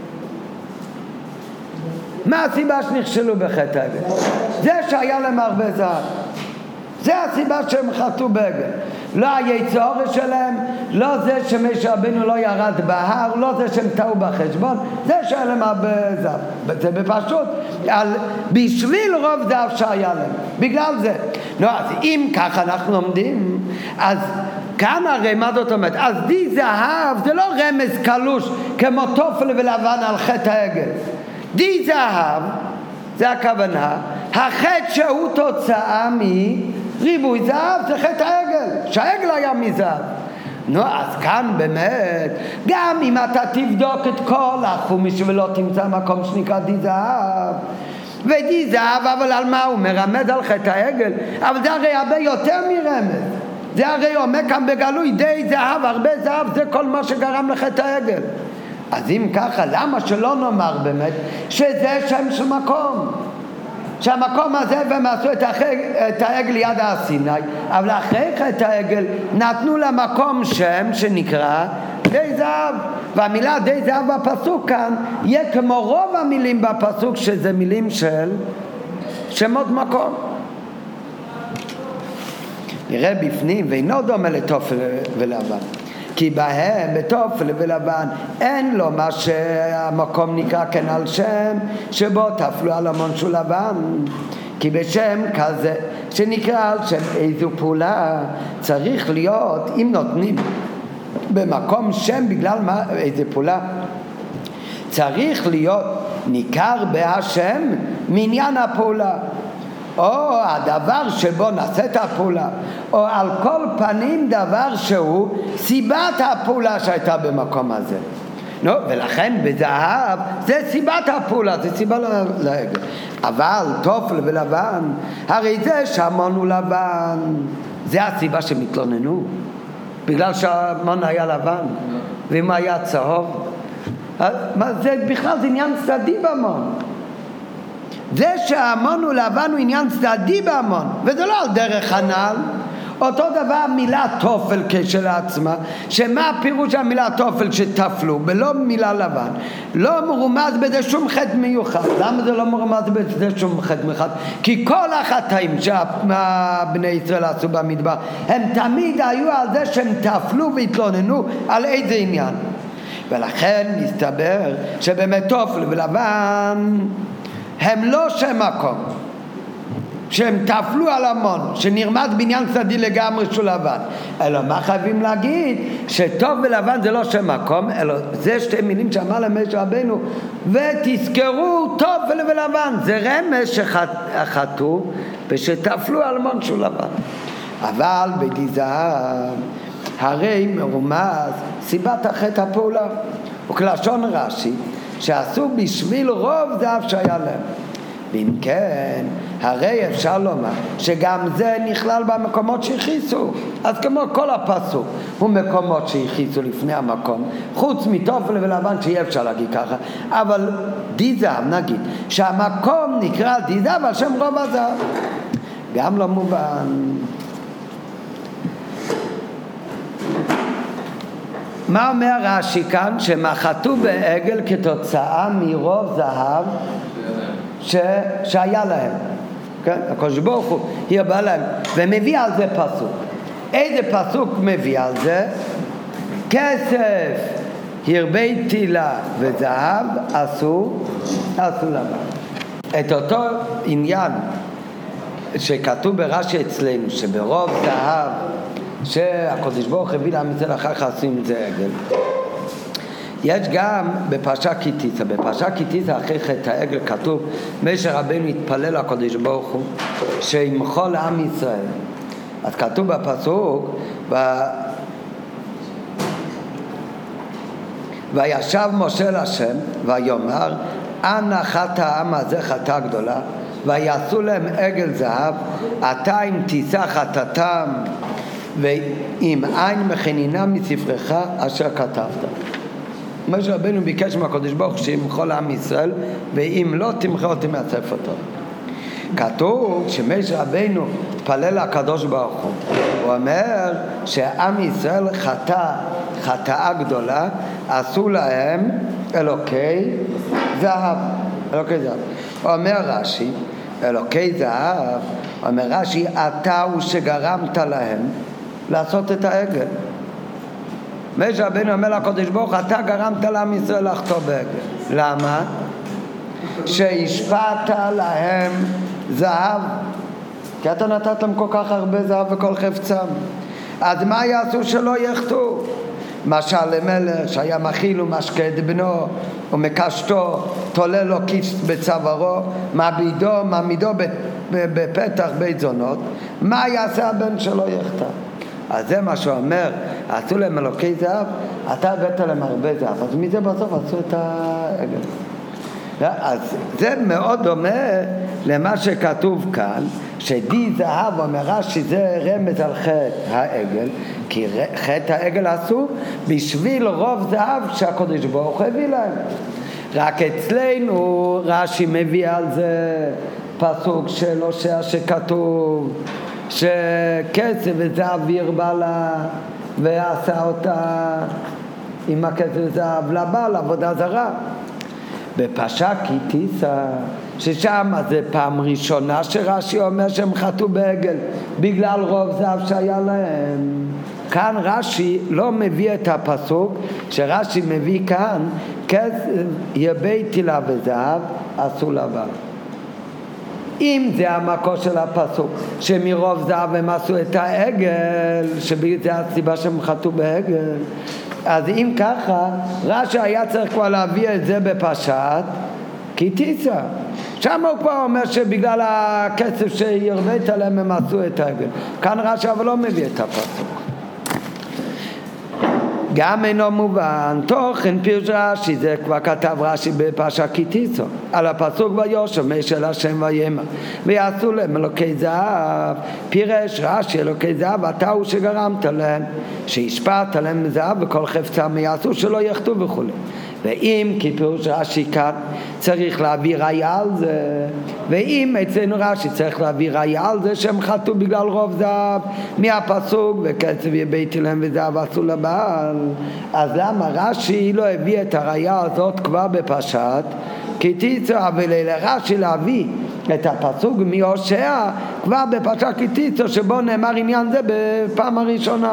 מה הסיבה שנכשלו בחטא העגל? זה שהיה להם הרבה זהב. זה הסיבה שהם חטאו בעגל. לא היצור שלהם, לא זה שמשה רבנו לא ירד בהר, לא זה שהם טעו בחשבון, זה שהיה להם הרבה זהב. זה בפשוט, על, בשביל רוב זהב שהיה להם, בגלל זה. לא, אז אם ככה אנחנו עומדים, אז כאן הרי מה זאת אומרת? אז די זהב זה לא רמז קלוש כמו תופל ולבן על חטא העגל. די זהב, זה הכוונה, החטא שהוא תוצאה מ... ריבוי זהב זה חטא העגל, שהעגל היה מזהב. נו, אז כאן באמת, גם אם אתה תבדוק את כל החומש ולא תמצא מקום שנקרא די זהב, ודי זהב, אבל על מה הוא מרמז? על חטא העגל, אבל זה הרי הרבה יותר מרמז. זה הרי אומר כאן בגלוי, די זהב, הרבה זהב, זה כל מה שגרם לחטא העגל. אז אם ככה, למה שלא נאמר באמת שזה שם של מקום? שהמקום הזה והם עשו את, החג, את העגל ליד הר סיני, אבל אחרי חטא העגל נתנו למקום שם שנקרא די זהב, והמילה די זהב בפסוק כאן יהיה כמו רוב המילים בפסוק, שזה מילים של שמות מקום. נראה בפנים, ואינו דומה לתופל ולבן, כי בהם בתופל ולבן אין לו מה שהמקום נקרא כן על שם שבו תפלו על המון שהוא לבן, כי בשם כזה שנקרא על שם איזו פעולה צריך להיות, אם נותנים במקום שם בגלל מה, איזו פעולה, צריך להיות ניכר בהשם מעניין הפעולה, או הדבר שבו נעשית הפעולה, או על כל פנים דבר שהוא סיבת הפעולה שהייתה במקום הזה. נו, ולכן בזהב זה סיבת הפעולה, זה סיבה לעגל. אבל תופל ולבן, הרי זה שהמון הוא לבן, זה הסיבה שמתלוננו, בגלל שהמון היה לבן ואם היה צהוב, זה בכלל זה עניין צדדי במון. זה שהמון הוא לבן הוא עניין צדדי בהמון, וזה לא על דרך הנעל. אותו דבר מילה תופל כשלעצמה, שמה הפירוש המילה תופל שתפלו, בלא מילה לבן, לא מרומז בזה שום חטא מיוחד. למה זה לא מרומז בזה שום חטא מיוחד? כי כל החטאים שבני ישראל עשו במדבר, הם תמיד היו על זה שהם תפלו והתלוננו על איזה עניין. ולכן מסתבר שבאמת תופל ולבן הם לא שם מקום, שהם תפלו על המון, שנרמז בעניין צדדי לגמרי של לבן. אלא מה חייבים להגיד? שטוב ולבן זה לא שם מקום, אלא זה שתי מילים שאמר להם משה רבנו, ותזכרו טוב ולבן, זה רמז שחטאו ושתפלו על המון של לבן. אבל בדי זהב הרי מרומז סיבת החטא הפעולה, וכלשון רש"י שעשו בשביל רוב זהב שהיה להם. ואם כן, הרי אפשר לומר שגם זה נכלל במקומות שהכיסו. אז כמו כל הפסוק הוא מקומות שהכיסו לפני המקום, חוץ מתופל ולבן שיהיה אפשר להגיד ככה. אבל די זהב, נגיד שהמקום נקרא די זהב על שם רוב הזהב, גם לא מובן. מה אומר רש"י כאן? שמחתו בעגל כתוצאה מרוב זהב ש... שהיה להם, כן? הקדוש ברוך הוא הרבה להם, ומביא על זה פסוק. איזה פסוק מביא על זה? כסף הרבי תילה וזהב עשו עשו לבן. את אותו עניין שכתוב ברש"י אצלנו, שברוב זהב שהקדוש ברוך הביא להם את זה, אחר כך עושים את זה עגל. יש גם בפרשת כי תישא, בפרשת כי תישא אחרי חטא העגל כתוב משה רבנו התפלל לקדוש ברוך הוא שימחול לעם ישראל. אז כתוב בפסוק ו... וישב משה להשם ויאמר אנא חטא העם הזה חטאה גדולה, ויעשו להם עגל זהב, אתה אם תישא חטאתם ואם אין מחנינה מספרך אשר כתבת. משה רבנו ביקש מהקדוש ברוך הוא שימחול לעם ישראל, ואם לא תמחה אותי מהספר אותו. כתוב שמשה רבנו התפלל לקדוש ברוך הוא, הוא אומר שעם ישראל חטא חטאה גדולה, עשו להם אלוקי זהב. אלוקי זהב. אומר רש"י, אלוקי זהב, אומר רש"י, אתה הוא שגרמת להם לעשות את העגל. משה רבנו אומר לקדוש ברוך הוא, אתה גרמת לעם ישראל לחטוא בעגל. למה? שהשפעת להם זהב, כי אתה נתת להם כל כך הרבה זהב וכל חפצם. אז מה יעשו שלא יחטאו? משל למלך שהיה מכיל ומשקה את בנו ומקשתו, תולה לו כיס בצווארו, מעמידו מעמידו בפתח בית זונות, מה יעשה הבן שלו יחטא? אז זה מה שהוא אומר, עשו להם אלוקי זהב, אתה הבאת להם הרבה זהב, אז מזה בסוף עשו את העגל. אז זה מאוד דומה למה שכתוב כאן, שדי זהב אומר רש"י זה רמז על חטא העגל, כי חטא העגל עשו בשביל רוב זהב שהקדוש ברוך הוא הביא להם. רק אצלנו רש"י מביא על זה פסוק של הושע שכתוב שכסף וזהב הרבה לה ועשה אותה עם הכסף וזהב לבעל עבודה זרה. בפרשת כי תישא ששם זה פעם ראשונה שרש"י אומר שהם חטאו בעגל בגלל רוב זהב שהיה להם. כאן רש"י לא מביא את הפסוק שרש"י מביא כאן כסף יביתי לה וזהב עשו לבעל. אם זה המקור של הפסוק שמרוב זהב הם עשו את העגל שזה הסיבה שהם חטאו בעגל, אז אם ככה רש"י היה צריך כבר להביא את זה בפרשת כי תישא, שם הוא כבר אומר שבגלל הכסף שירבית עליהם הם עשו את העגל. כאן רש"י אבל לא מביא את הפסוק. גם אינו מובן תוכן פירוש רש"י, זה כבר כתב רש"י בפרשת כי תישא על הפסוק ויושע משל השם ויאמר ויעשו להם אלוקי זהב. פירש רש"י אלוקי זהב אתה הוא שגרמת להם שהשפעת להם זהב וכל חפצם יעשו שלא יחטאו וכו'. ואם כי פירוש רש"י כאן צריך להביא ראיה על זה, ואם אצלנו רש"י צריך להביא ראיה על זה שהם חטאו בגלל רוב זהב מהפסוק וכסף יביתי להם וזהב עשו לבעל, אז למה רש"י לא הביא את הראיה הזאת כבר בפרשת כי תישא? אבל לרש"י להביא את הפסוק מהושע כבר בפרשת כי תישא שבו נאמר עניין זה בפעם הראשונה.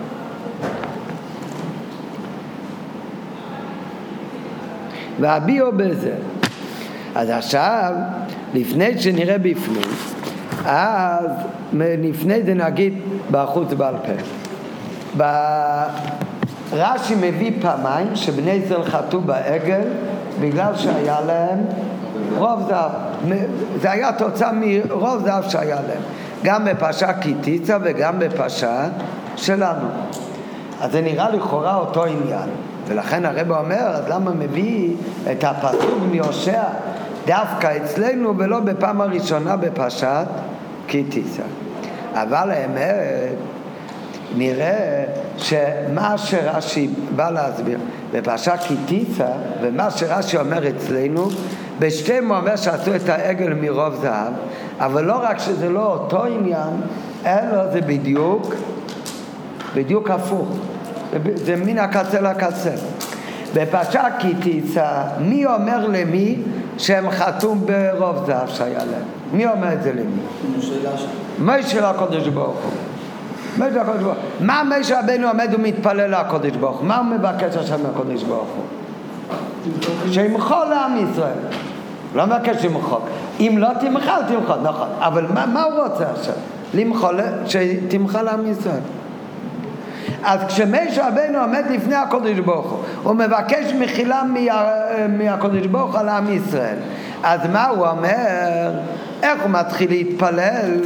והביאו בזה. אז עכשיו לפני שנראה בפנים, אז לפני זה נגיד בחוץ בעל פה. רש"י מביא פעמיים שבני ישראל חטאו בעגל בגלל שהיה להם רוב זהב, זה היה תוצאה מרוב זהב שהיה להם, גם בפרשת כי תישא וגם בפרשת שלנו. אז זה נראה לכאורה אותו עניין, ולכן הרב אומר אז למה מביא את הפסוק מהושע דווקא אצלנו ולא בפעם הראשונה בפרשת כי תישא. אבל האמת נראה שמה שרש"י בא להסביר בפרשת כי תישא ומה שרש"י אומר אצלנו בשתיהם הוא אומר שעשו את העגל מרוב זהב, אבל לא רק שזה לא אותו עניין אלא זה בדיוק בדיוק הפוך, זה מן הקצה לקצה. בפרשת כי תישא מי אומר למי שהם חטאו ברוב זהב שהיה להם? מי אומר את זה למי? משה לקדוש ברוך הוא. משה לקדוש ברוך הוא. מה משה רבנו עומד ומתפלל לקדוש ברוך הוא? מה הוא מבקש עכשיו מהקדוש ברוך הוא? שימחול לעם ישראל. לא מבקש שימחול. אם לא תמחל תמחול, נכון. אבל מה, מה הוא רוצה עכשיו? למחול, שתמחל לעם ישראל. אז כשמשה רבנו עומד לפני הקדוש ברוך הוא הוא מבקש מחילה מהקדוש ברוך הוא על עם ישראל, אז מה הוא אומר? איך הוא מתחיל להתפלל?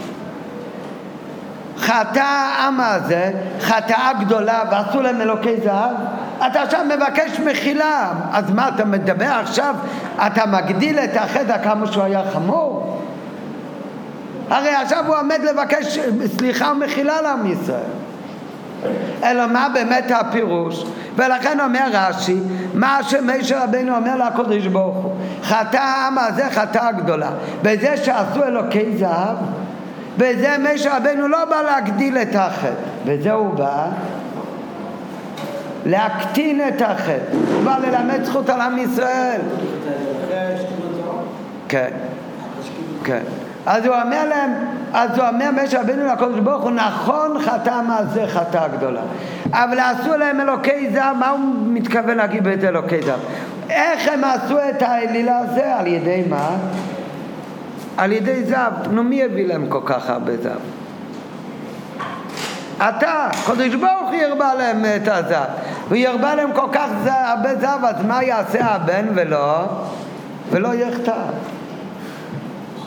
חטא העם הזה חטאה גדולה ועשו להם אלוקי זהב, אתה עכשיו מבקש מחילה, אז מה אתה מדבר עכשיו? אתה מגדיל את החטא כמה שהוא היה חמור? הרי עכשיו הוא עומד לבקש סליחה ומחילה לעם ישראל. אלא מה באמת הפירוש? ולכן אומר רש"י מה שמשה רבנו אומר לקדוש ברוך הוא חטא העם הזה חטאה גדולה בזה שעשו אלוקי זהב, בזה משה רבנו לא בא להגדיל את החטא, בזה הוא בא להקטין את החטא, הוא בא ללמד זכות על עם ישראל. כן, כן. אז הוא אומר להם, אז הוא אומר משה רבנו לקדוש ברוך הוא נכון חטא מעשה חטאה גדולה, אבל עשו להם אלוקי זהב. מה הוא מתכוון להגיד את אלוקי זהב? איך הם עשו את האלילה הזה? על ידי מה? על ידי זהב. נו, מי הביא להם כל כך הרבה זהב? אתה, קדוש ברוך הוא ירבה להם את הזהב, הוא ירבה להם כל כך הרבה זהב, אז מה יעשה הבן ולא ולא יחטא?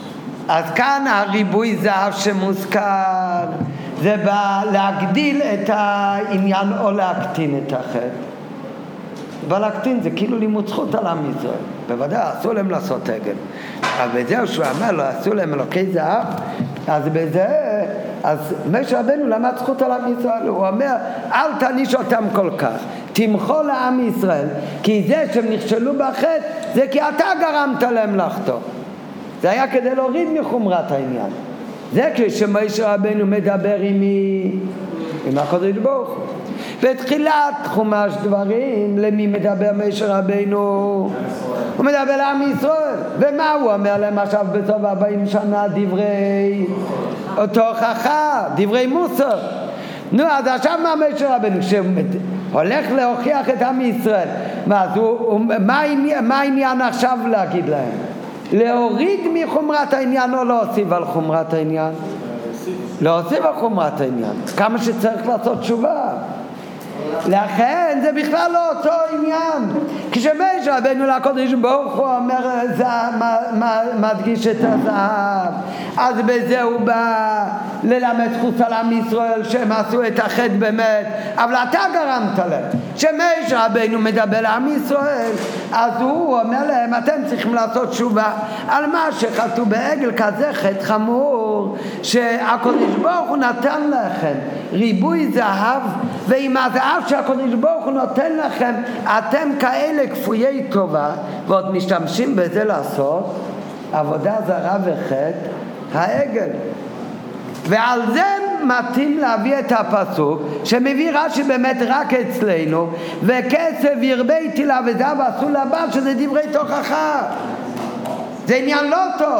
אז כאן הריבוי זהב שמוזכר זה בא להגדיל את העניין או להקטין את החטא. ולהקטין זה כאילו לימוד זכות על עם ישראל. בוודאי אסור להם לעשות עגל, אבל בזה שהוא אמר לו אסור להם אלוקי זהב, אז בזה אז משה רבנו למד זכות על עם ישראל. הוא אומר אל תעניש אותם כל כך, תמחול לעם ישראל, כי זה שהם נכשלו בחטא זה כי אתה גרמת להם לחטוא. זה היה כדי להוריד מחומרת העניין. זה כשמשה רבנו מדבר עם, עם הקדוש ברוך הוא. בתחילת חומש דברים למי מדבר משה רבנו? הוא מדבר לעם ישראל. ומה הוא אומר להם עכשיו בסוף ארבעים שנה? דברי תוכחה, דברי מוסר. נו, אז עכשיו מה משה רבנו שהולך להוכיח את עם ישראל? מה, אז הוא, הוא, מה, מה העניין עכשיו להגיד להם? להוריד מחומרת העניין או להוסיף על חומרת העניין? להוסיף על חומרת העניין, כמה שצריך לעשות תשובה. לכן זה בכלל לא אותו עניין. כשמשה רבנו לקדוש ברוך הוא אומר מדגיש את הזהב, אז בזה הוא בא ללמד זכות על עם ישראל שהם עשו את החטא באמת, אבל אתה גרמת להם. כשמשה רבנו מדבר לעם ישראל, אז הוא אומר להם אתם צריכים לעשות תשובה על מה שחטאו בעגל כזה חטא חמור שהקדוש ברוך הוא נתן לכם ריבוי זהב, ועם הזהב שהקדוש ברוך הוא נותן לכם אתם כאלה כפויי טובה ועוד משתמשים בזה לעשות עבודה זרה וחטא העגל. ועל זה מתאים להביא את הפסוק שמביא רש"י באמת רק אצלנו, וכסף ירבה תילה וזהב עשו לבן, שזה דברי תוכחה. זה עניין לא טוב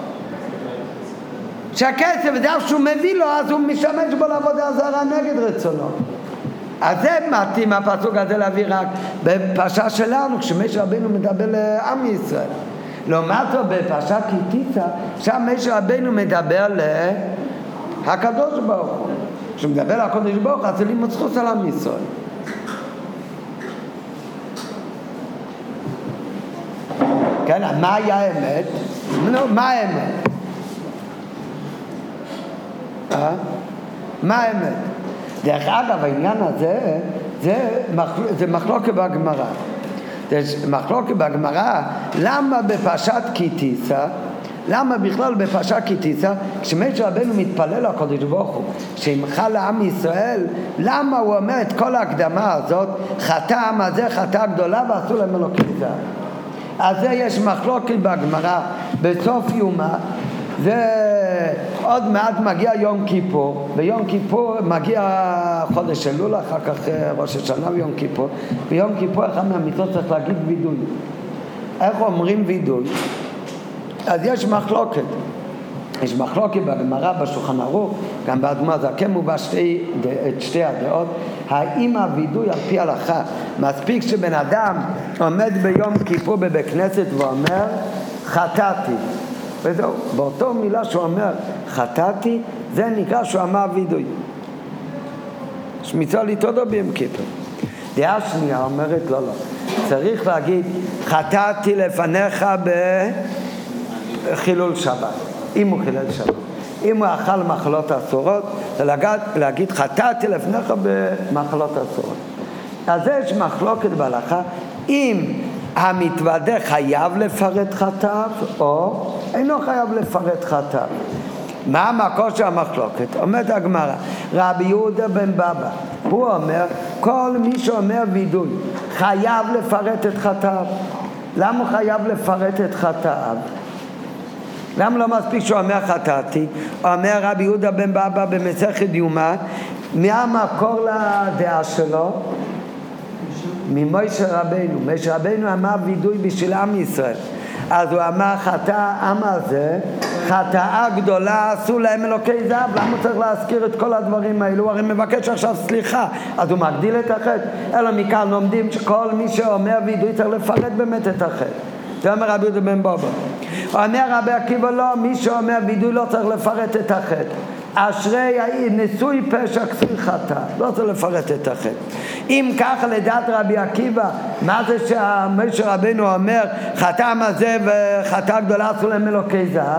שהכסף וזהב שהוא מביא לו אז הוא משמש בו לעבודה זרה נגד רצונו. אז זה מתאים הפסוק הזה להביא רק בפרשה שלנו כשמשה רבנו מדבר לעם ישראל. לעומת זאת בפרשת כי תישא שם משה רבנו מדבר להקדוש ברוך הוא. כשמדבר לקדוש ברוך הוא אז זה לימוד זכות על עם ישראל. כן, מה היה האמת? מה האמת? אה? מה האמת? דרך אגב, העניין הזה זה, מחל... זה מחלוקת בגמרא. זה מחלוקת בגמרא, למה בפרשת כי תישא, למה בכלל בפרשת כי תישא, כשמשה רבנו מתפלל לקדוש ברוך הוא, שימחל לעם ישראל, למה הוא אומר את כל ההקדמה הזאת, חטא העם הזה חטאה גדולה ועשו להם אלוקי זהב? אז זה יש מחלוקת בגמרא בסוף יומא. זה עוד מעט מגיע יום כיפור, ביום כיפור מגיע חודש אלול, אחר כך ראש השנה ויום כיפור. ביום כיפור אחד מהמצוות צריך להגיד וידוי. איך אומרים וידוי? אז יש מחלוקת. יש מחלוקת בגמרא, בשולחן ערוך, גם באדמו"ר הזקן מובא שתי, את שתי הדעות. האם הווידוי על פי הלכה מספיק שבן אדם עומד ביום כיפור בבית כנסת ואומר חטאתי, וזהו, באותו מילה שהוא אומר חטאתי, זה נקרא שהוא אמר וידוי. יש מצווה להתוודות ביום כיפור. דעה שנייה אומרת לא, לא, צריך להגיד חטאתי לפניך בחילול שבת. אם הוא חילל שבת, אם הוא אכל מחלות אסורות, זה להגיד, להגיד חטאתי לפניך במחלות אסורות. אז יש מחלוקת בהלכה אם המתוודה חייב לפרט חטאיו או אינו חייב לפרט חטאיו. מה המקור של המחלוקת? אומרת הגמרא, רבי יהודה בן בבא, הוא אומר כל מי שאומר וידוי חייב לפרט את חטאיו. למה הוא חייב לפרט את חטאיו? למה לא מספיק שהוא אומר חטאתי? אומר רבי יהודה בן בבא במסכת יומא, מה המקור לדעה שלו? ממשה רבנו. משה רבנו אמר וידוי בשביל עם ישראל, אז הוא אמר חטא העם הזה חטאה גדולה עשו להם אלוקי זהב. למה הוא צריך להזכיר את כל הדברים האלו? הוא הרי מבקש עכשיו סליחה, אז הוא מגדיל את החטא. אלא מכאן לומדים שכל מי שאומר וידוי צריך לפרט באמת את החטא. זה אומר רבי יהודה בן בבא. אומר רבי עקיבא לא, מי שאומר וידוי לא צריך לפרט את החטא. אשרי נשוי פשע כפוי חטא, לא צריך לפרט את החטא. אם ככה לדעת רבי עקיבא, מה זה שמשה רבנו אומר חטא הזה וחטאה גדולה עשו להם אלוקי זהב?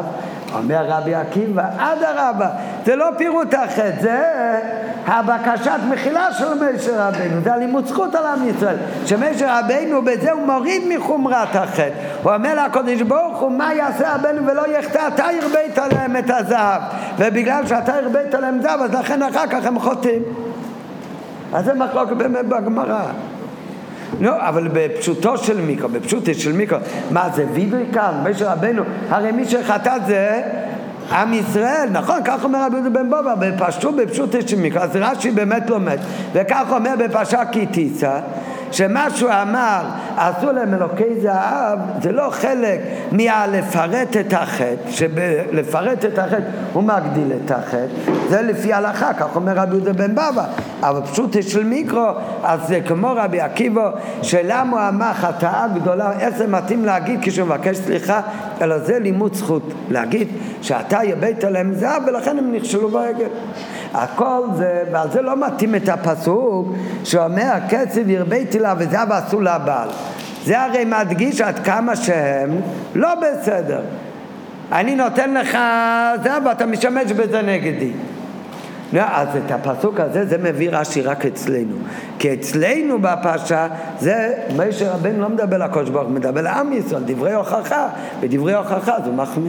אומר רבי עקיבא, אדרבה, זה לא פירוט החטא, זה הבקשת מחילה של משה רבינו, זה הלימוד זכות על עם ישראל, שמשה רבינו בזה הוא מוריד מחומרת החטא. הוא אומר לקדוש ברוך הוא, מה יעשה רבנו ולא יחטא, אתה הרבית עליהם את הזהב, ובגלל שאתה הרבית עליהם זהב, אז לכן אחר כך הם חוטאים. אז זה מחלוקת באמת בגמרא. לא, אבל בפשוטו של מיקרו, בפשוטו של מיקרו, מה זה וידוי כאן? משה רבנו, הרי מי שחטא זה עם ישראל, נכון? כך אומר רבי יהודה בן בובה, בפשטו בפשוטו של מיקרו, אז רש"י באמת לומד, וכך אומר בפרשה כי תישא, שמה שהוא אמר, עשו להם אלוקי זהב, זה לא חלק מהלפרט את החטא, שלפרט את החטא הוא מגדיל את החטא, זה לפי הלכה, כך אומר רבי יהודה בן בבא, אבל פשוט של מיקרו, אז זה כמו רבי עקיבא, שלמה הוא אמר חטאה גדולה, איך זה מתאים להגיד כשהוא מבקש סליחה, אלא זה לימוד זכות, להגיד שאתה יבית עליהם זהב, ולכן הם נכשלו בעגל. הכל זה, ועל זה לא מתאים את הפסוק שאומר קצב הרביתי לה וזהב עשו לה בעל. זה הרי מדגיש עד כמה שהם לא בסדר. אני נותן לך זהב ואתה משתמש בזה נגדי. לא, אז את הפסוק הזה זה מביא רש"י רק אצלנו, כי אצלנו בפרשה זה משה רבנו לא מדבר לקדוש ברוך הוא, מדבר לעם ישראל, דברי הוכחה, ודברי הוכחה זה מחמיר.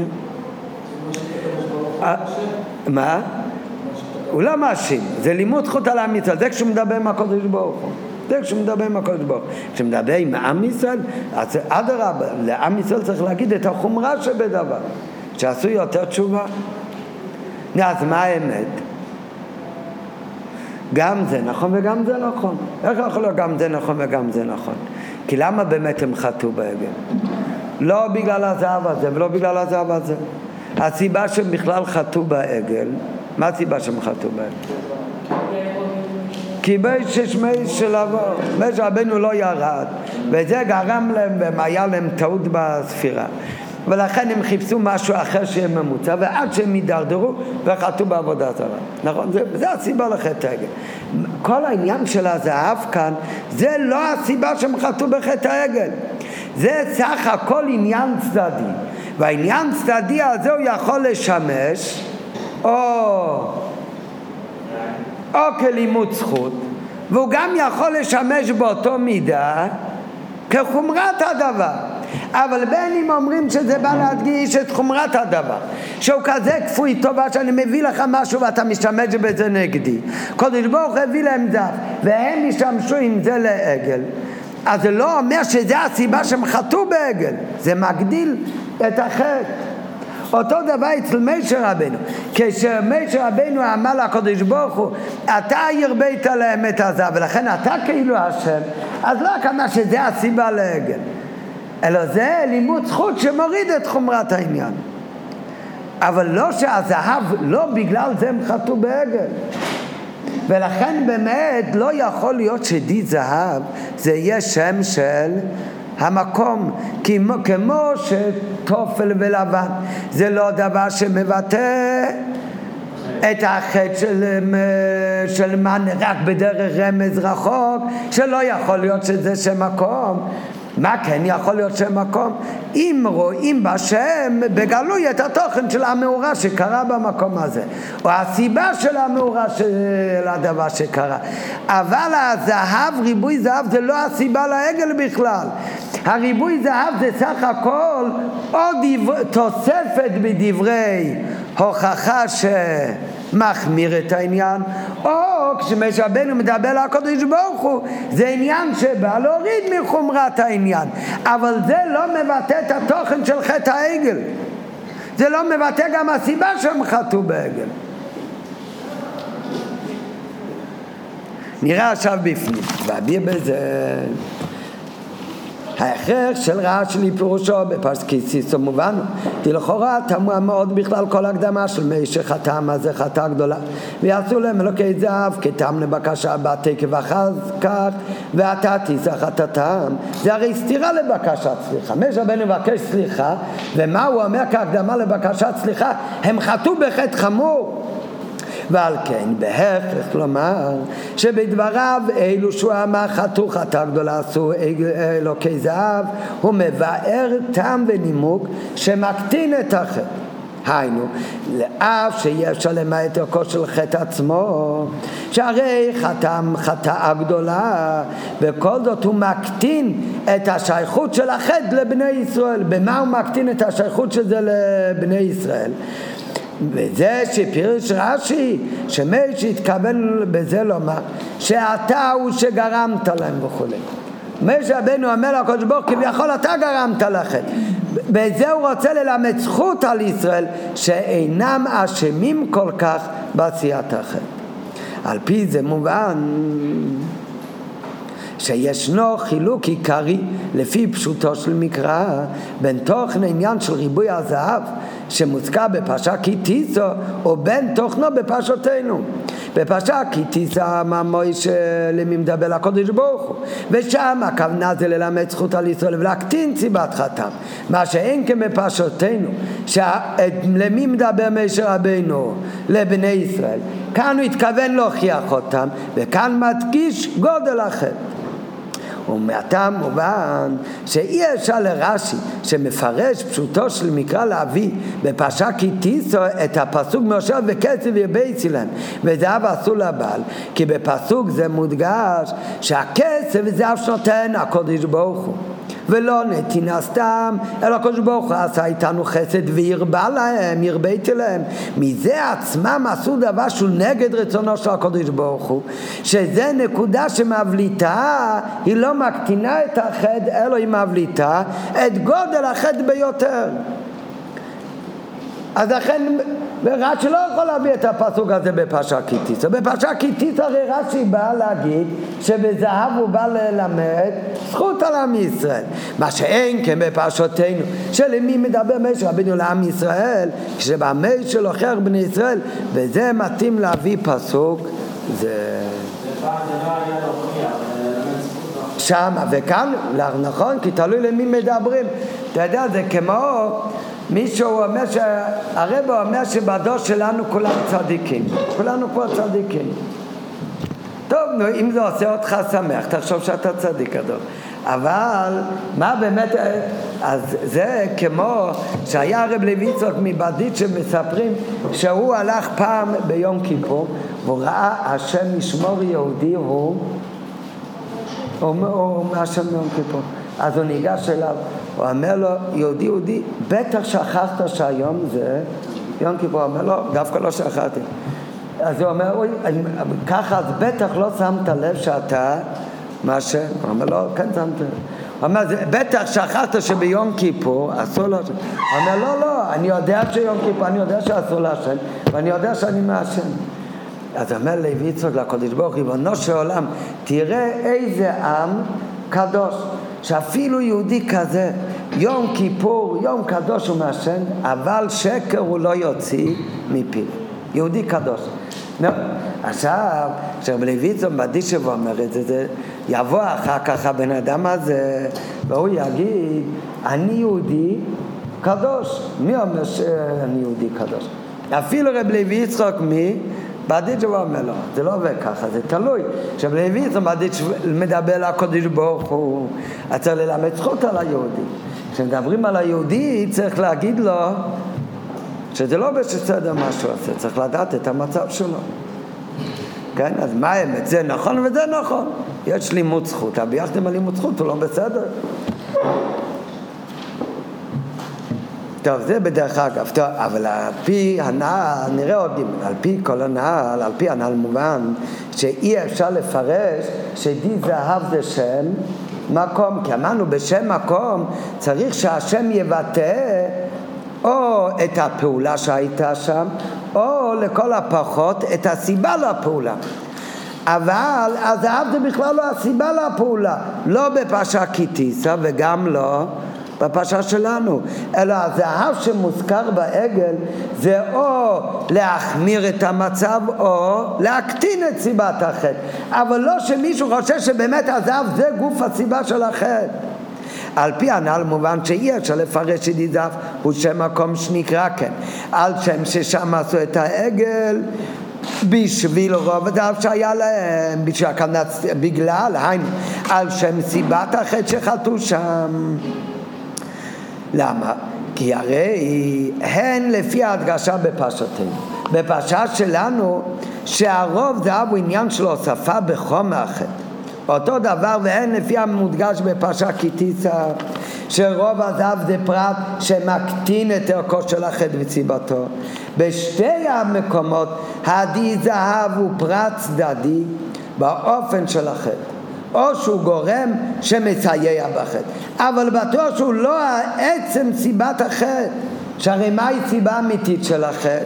מה? הוא לא מאשים, זה לימוד זכות על עם ישראל, זה כשהוא מדבר עם הקדוש ברוך הוא, זה כשהוא מדבר עם הקדוש ברוך הוא. כשמדבר עם עם ישראל, אז אדרבה, לעם ישראל צריך להגיד את החומרה שבדבר, שעשו יותר תשובה. אז מה האמת? גם זה נכון וגם זה נכון. איך יכול להיות גם זה נכון וגם זה נכון? כי למה באמת הם חטאו בעגל? לא בגלל הזהב הזה ולא בגלל הזהב הזה. הסיבה שהם בכלל חטאו בעגל, מה הסיבה שהם חטאו בעגל? כי בששמי של עבור, משה רבנו לא ירד, וזה גרם להם והיה להם טעות בספירה. ולכן הם חיפשו משהו אחר שיהיה ממוצע, ועד שהם ידרדרו וחטאו בעבודה זרה. נכון? זה, זה הסיבה לחטא העגל. כל העניין של הזהב כאן, זה לא הסיבה שהם חטאו בחטא העגל. זה סך הכל עניין צדדי. והעניין צדדי הזה הוא יכול לשמש, או, או כלימוד זכות, והוא גם יכול לשמש באותו מידה כחומרת הדבר. אבל בין אם אומרים שזה בא להדגיש את חומרת הדבר, שהוא כזה כפוי טובה שאני מביא לך משהו ואתה משתמש בזה נגדי, קדוש ברוך הוא הביא להם זהב והם השתמשו עם זה לעגל, אז זה לא אומר שזה הסיבה שהם חטאו בעגל, זה מגדיל את החטא. אותו דבר אצל משה רבנו, כשמשה רבנו אמר לקדוש ברוך הוא אתה הרבית להם את הזהב ולכן אתה כאילו השם, אז לא כמה שזה הסיבה לעגל, אלא זה לימוד זכות שמוריד את חומרת העניין. אבל לא שהזהב, לא בגלל זה הם חטאו בעגל. ולכן באמת לא יכול להיות שדי זהב זה יהיה שם של המקום, כמו, כמו שתופל ולבן זה לא דבר שמבטא את החטא של, של מן רק בדרך רמז רחוק, שלא יכול להיות שזה שם מקום. מה כן יכול להיות שם מקום? אם רואים בשם בגלוי את התוכן של המאורה שקרה במקום הזה, או הסיבה של המאורה של הדבר שקרה. אבל הזהב, ריבוי זהב זה לא הסיבה לעגל בכלל. הריבוי זהב זה סך הכל עוד דבר, תוספת בדברי הוכחה שמחמיר את העניין, או כשמשה רבנו מדבר לקדוש ברוך הוא זה עניין שבא להוריד מחומרת העניין, אבל זה לא מבטא את התוכן של חטא העגל, זה לא מבטא גם הסיבה שהם חטאו בעגל. נראה עכשיו בפנים והביא בזה ההכרח של רש"י לפירושו בפרשת כי תישא מובן, כי לכאורה תמוה מאוד בכלל כל הקדמה של מי שחטא, מה זה חטאה גדולה, ויעשו להם אלוקי זהב כתם לבקשה בתקף אחר כך ואתה תישא חטאתם. זה הרי סתירה לבקשת סליחה. משה רבנו מבקש סליחה, ומה הוא אומר כהקדמה לבקשת סליחה? הם חטאו בחטא חמור. ועל כן בהכרח לומר שבדבריו אלו שהוא אמר חטאו חטאה גדולה עשו אלוקי זהב, הוא מבאר טעם ונימוק שמקטין את החטא. היינו, לאף שיש למעט ערכו של חטא עצמו, שהרי חתם חטאה גדולה, וכל זאת הוא מקטין את השייכות של החטא לבני ישראל. במה הוא מקטין את השייכות של זה לבני ישראל? וזה שפירש רש"י, שמי שהתכוון בזה לומר שאתה הוא שגרמת להם וכו'. משה רבנו אומר לקדוש ברוך הוא כביכול אתה גרמת לחטא. בזה הוא רוצה ללמד זכות על ישראל שאינם אשמים כל כך בעשיית החטא. על פי זה מובן שישנו חילוק עיקרי לפי פשוטו של מקרא בין תוכן העניין של ריבוי הזהב שמוזכר בפרשה כי תישא ובין תוכנו בפרשתנו. בפרשה כי תישא מוישה למי מדבר לקדוש ברוך הוא, ושם הכוונה זה ללמד זכות על ישראל ולהקטין סיבת חטאם, מה שאין כן בפרשתנו שלמי מדבר משה רבנו לבני ישראל. כאן הוא התכוון להוכיח אותם, וכאן מדגיש גודל החטא. ומעתה מובן שאי אפשר לרש"י שמפרש פשוטו של מקרא להביא בפרשה כי תישא את הפסוק משה וכסף ירביץ להם וזהב עשו לבעל, כי בפסוק זה מודגש שהכסף זה אף שנותן הקדוש ברוך הוא, ולא נתינה סתם, אלא הקדוש ברוך הוא עשה איתנו חסד וירבה להם, ירביתי להם. מזה עצמם עשו דבר שהוא נגד רצונו של הקדוש ברוך הוא, שזה נקודה שמבליטה, היא לא מקטינה את החטא, אלא היא מבליטה את גודל החטא ביותר. אז לכן רש"י לא יכול להביא את הפסוק הזה בפרשה כי תישא. בפרשה כי תישא הרי רש"י בא להגיד שבזהב הוא בא ללמד זכות על עם ישראל, מה שאין כן בפרשתנו שלמי מדבר משה רבנו לעם ישראל, כשבמי שלוחר בני ישראל, וזה מתאים להביא פסוק זה שמה וכאן נכון, כי תלוי למי מדברים. אתה יודע, זה כמו מישהו אומר שהרב אומר שבדור שלנו כולם צדיקים, כולנו כבר צדיקים. טוב, נו, אם זה עושה אותך שמח, תחשוב שאתה צדיק הדור. אבל מה באמת, אז זה כמו שהיה הרב לוי יצחק מבדיץ' שמספרים שהוא הלך פעם ביום כיפור והוא ראה השם ישמור יהודי, הוא הוא מהשם ביום כיפור, אז הוא ניגש אליו, הוא אומר לו, יהודי יהודי, בטח שכחת שהיום זה יום כיפור. הוא אומר לו, דווקא לא שכחתי. אז הוא אומר, אוי, ככה, אז בטח לא שמת לב שאתה מה ש... הוא אומר לו, כן שמת לב. הוא אומר, בטח שכחת שביום כיפור אסור להשם. הוא אומר, לא, לא, אני יודע שיום כיפור, אני יודע שאסור להשם, ואני יודע שאני מהשם. אז אומר לוי יצחק לקדוש ברוך הוא, ריבונו של עולם, תראה איזה עם קדוש, שאפילו יהודי כזה, יום כיפור, יום קדוש הוא מהשם, אבל שקר הוא לא יוציא מפיו. יהודי קדוש. לא. עכשיו, כשרב לוי יצחק בדישב אומר את זה, זה, יבוא אחר כך הבן אדם הזה, והוא יגיד, אני יהודי קדוש. מי אומר שאני יהודי קדוש? אפילו רב לוי יצחק מי? בדיץ' הוא אומר לו, זה לא עובד ככה, זה תלוי. עכשיו לוי יצחק בדיץ' מדבר לקדוש ברוך הוא, צריך ללמד זכות על היהודי. כשמדברים על היהודי צריך להגיד לו שזה לא בסדר מה שהוא עושה, צריך לדעת את המצב שלו. כן, אז מה האמת? זה נכון וזה נכון. יש לימוד זכות, הביחתם על לימוד זכות, הוא לא בסדר. טוב, זה בדרך אגב, טוב, אבל על פי הנעל, נראה עוד דימן, על פי כל הנעל, על פי הנעל מובן, שאי אפשר לפרש שדי זהב זה שם מקום, כי אמרנו בשם מקום צריך שהשם יבטא או את הפעולה שהייתה שם, או לכל הפחות את הסיבה לפעולה. אבל הזהב זה בכלל לא הסיבה לפעולה, לא בפרשה כי תישא וגם לא בפרשה שלנו, אלא הזהב שמוזכר בעגל זה או להחמיר את המצב או להקטין את סיבת החטא, אבל לא שמישהו חושב שבאמת הזהב זה גוף הסיבה של החטא. על פי הנעל מובן שאי אפשר לפרש שדי זהב הוא שם מקום שנקרא כן על שם ששם עשו את העגל בשביל רוב הדף שהיה להם, בגלל היינו על שם סיבת החטא שחטאו שם. למה? כי הרי הן לפי ההדגשה בפרשתנו. בפרשה שלנו שהרוב זהב הוא עניין של הוספה בחומר החטא. אותו דבר והן לפי המודגש בפרשה כי תישא, שרוב הזהב זה פרט שמקטין את ערכו של החטא וסיבתו. בשתי המקומות הדי זהב הוא פרט צדדי באופן של החטא, או שהוא גורם שמסייע בחטא, אבל בטוח שהוא לא עצם סיבת החטא. שהרי מהי סיבה אמיתית של החטא?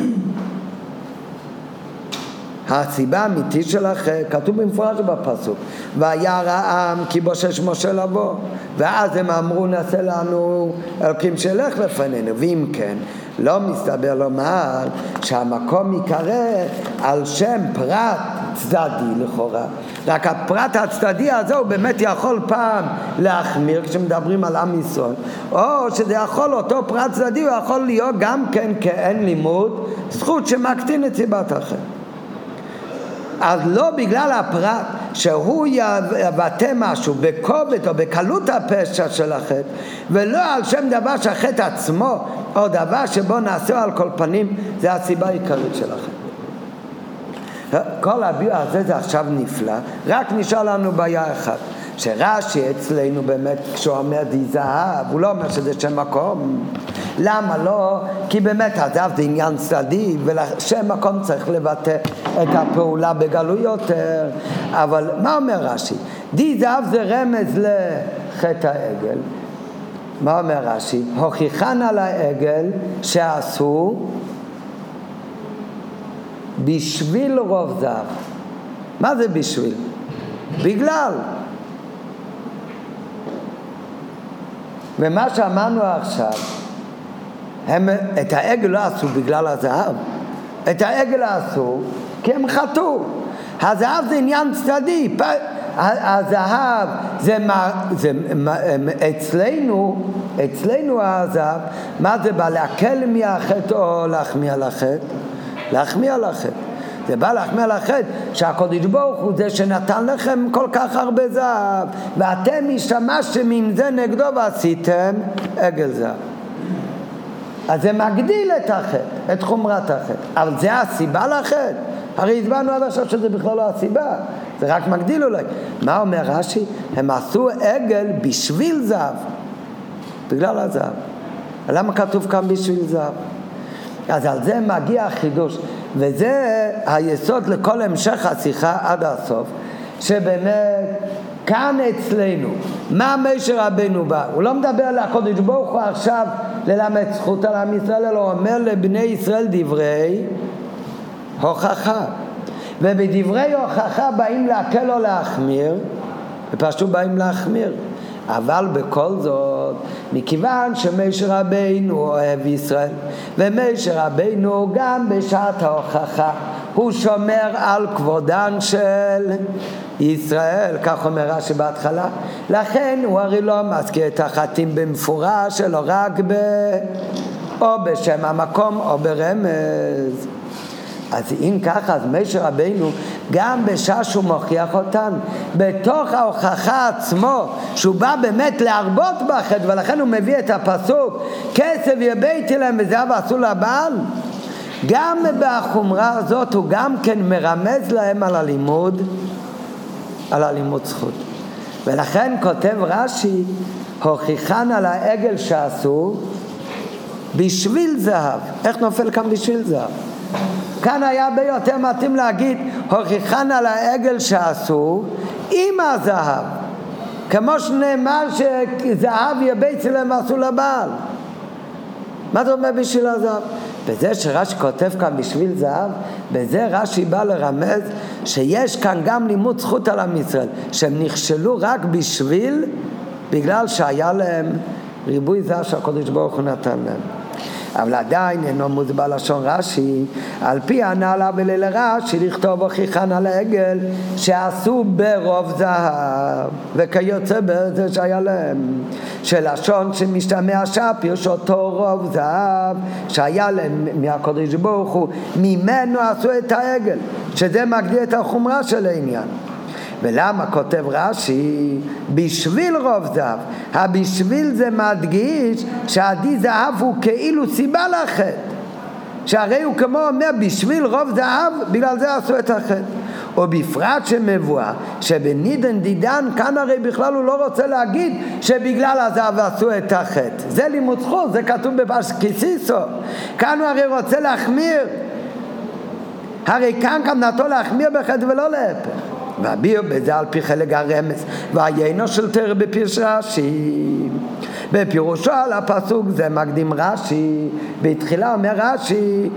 הסיבה האמיתית של החטא כתוב במפורש בפסוק, והיה העם כי בושש משה לבוא, ואז הם אמרו נעשה לנו אלוקים שלך לפנינו. ואם כן, לא מסתבר לומר שהמקום יקרא על שם פרט צדדי לכאורה, רק הפרט הצדדי הזה הוא באמת יכול פעם להחמיר כשמדברים על עם ישראל, או שזה יכול, אותו פרט צדדי הוא יכול להיות גם כן כאין לימוד זכות שמקטין את סיבת החטא. אז לא בגלל הפרט שהוא יבטא משהו בכובד או בקלות הפשע של החטא, ולא על שם דבר שהחטא עצמו או דבר שבו נעשה על כל פנים, זה הסיבה העיקרית של החטא. כל הביאו הזה זה עכשיו נפלא, רק נשאר לנו בעיה אחת, שרש"י אצלנו באמת כשהוא אומר די זהב, הוא לא אומר שזה שם מקום. למה לא? כי באמת הזהב זה עניין צדדי, ולשם מקום צריך לבטא את הפעולה בגלוי יותר. אבל מה אומר רש"י? די זהב זה רמז לחטא העגל. מה אומר רש"י? הוכיחן על העגל שעשו בשביל רוב זהב. מה זה בשביל? בגלל. ומה שאמרנו עכשיו, הם את העגל לא עשו בגלל הזהב, את העגל עשו כי הם חטאו. הזהב זה עניין צדדי, הזהב זה, מה, זה אצלנו, אצלנו הזהב, מה זה בא להקל מהחטא או להחמיא על החטא? להחמיא על החטא. זה בא להחמיא על החטא שהקדוש ברוך הוא זה שנתן לכם כל כך הרבה זהב, ואתם השתמשתם עם זה נגדו ועשיתם עגל זהב. אז זה מגדיל את החטא, את חומרת החטא. אבל זה הסיבה לחטא? הרי הסברנו עד עכשיו שזה בכלל לא הסיבה, זה רק מגדיל אולי. מה אומר רש"י? הם עשו עגל בשביל זהב, בגלל הזהב. למה כתוב כאן בשביל זהב? אז על זה מגיע החידוש, וזה היסוד לכל המשך השיחה עד הסוף, שבאמת כאן אצלנו, מה משה רבנו בא? הוא לא מדבר על הקדוש ברוך הוא עכשיו ללמד זכות על עם ישראל, אלא הוא אומר לבני ישראל דברי הוכחה, ובדברי הוכחה באים להקל או להחמיר, ופשוט באים להחמיר. אבל בכל זאת, מכיוון שמשה רבינו אוהב ישראל, ומשה רבינו גם בשעת ההוכחה הוא שומר על כבודן של ישראל, כך אומר רש"י בהתחלה, לכן הוא הרי לא מזכיר את החטאים במפורש, אלא רק ב... או בשם המקום או ברמז. אז אם ככה, אז משה רבינו גם בשעה שהוא מוכיח אותן בתוך ההוכחה עצמו, שהוא בא באמת להרבות בחטא, ולכן הוא מביא את הפסוק כסף יביתי להם וזהב עשו לבעל, גם בחומרה הזאת הוא גם כן מרמז להם על הלימוד, על הלימוד זכות. ולכן כותב רש"י הוכיחן על העגל שעשו בשביל זהב. איך נופל כאן בשביל זהב? כאן היה ביותר מתאים להגיד הוכיחן על העגל שעשו עם הזהב, כמו שנאמר שזהב יביצי להם עשו לבעל. מה זה אומר בשביל הזהב? בזה שרש"י כותב כאן בשביל זהב, בזה רש"י בא לרמז שיש כאן גם לימוד זכות על עם ישראל, שהם נכשלו רק בשביל, בגלל שהיה להם ריבוי זהב שהקדוש ברוך הוא נתן להם. אבל עדיין אינו מוסבר לשון רש"י, על פי הנהלה ולרש"י לכתוב הוכיחן על העגל שעשו ברוב זהב, וכיוצא בזה שהיה להם, שלשון שמשתמע שפירוש אותו רוב זהב שהיה להם מהקדוש ברוך הוא, ממנו עשו את העגל, שזה מגדיל את החומרה של העניין. ולמה כותב רש"י בשביל רוב זהב? הבשביל זה מדגיש שהדי זהב הוא כאילו סיבה לחטא, שהרי הוא כמו אומר בשביל רוב זהב, בגלל זה עשו את החטא. ובפרט שמבואה שבנידן דידן, כאן הרי בכלל הוא לא רוצה להגיד שבגלל הזהב עשו את החטא, זה לימוד זכות, זה כתוב בפסקיסיסו. כאן הוא הרי רוצה להחמיר, הרי כאן כוונתו להחמיר בחטא ולא להפך. והביאו בזה על פי חלק הרמז והיינו של תורה בפירוש רש"י. בפירושו על הפסוק זה מקדים רש"י, בתחילה אומר רש"י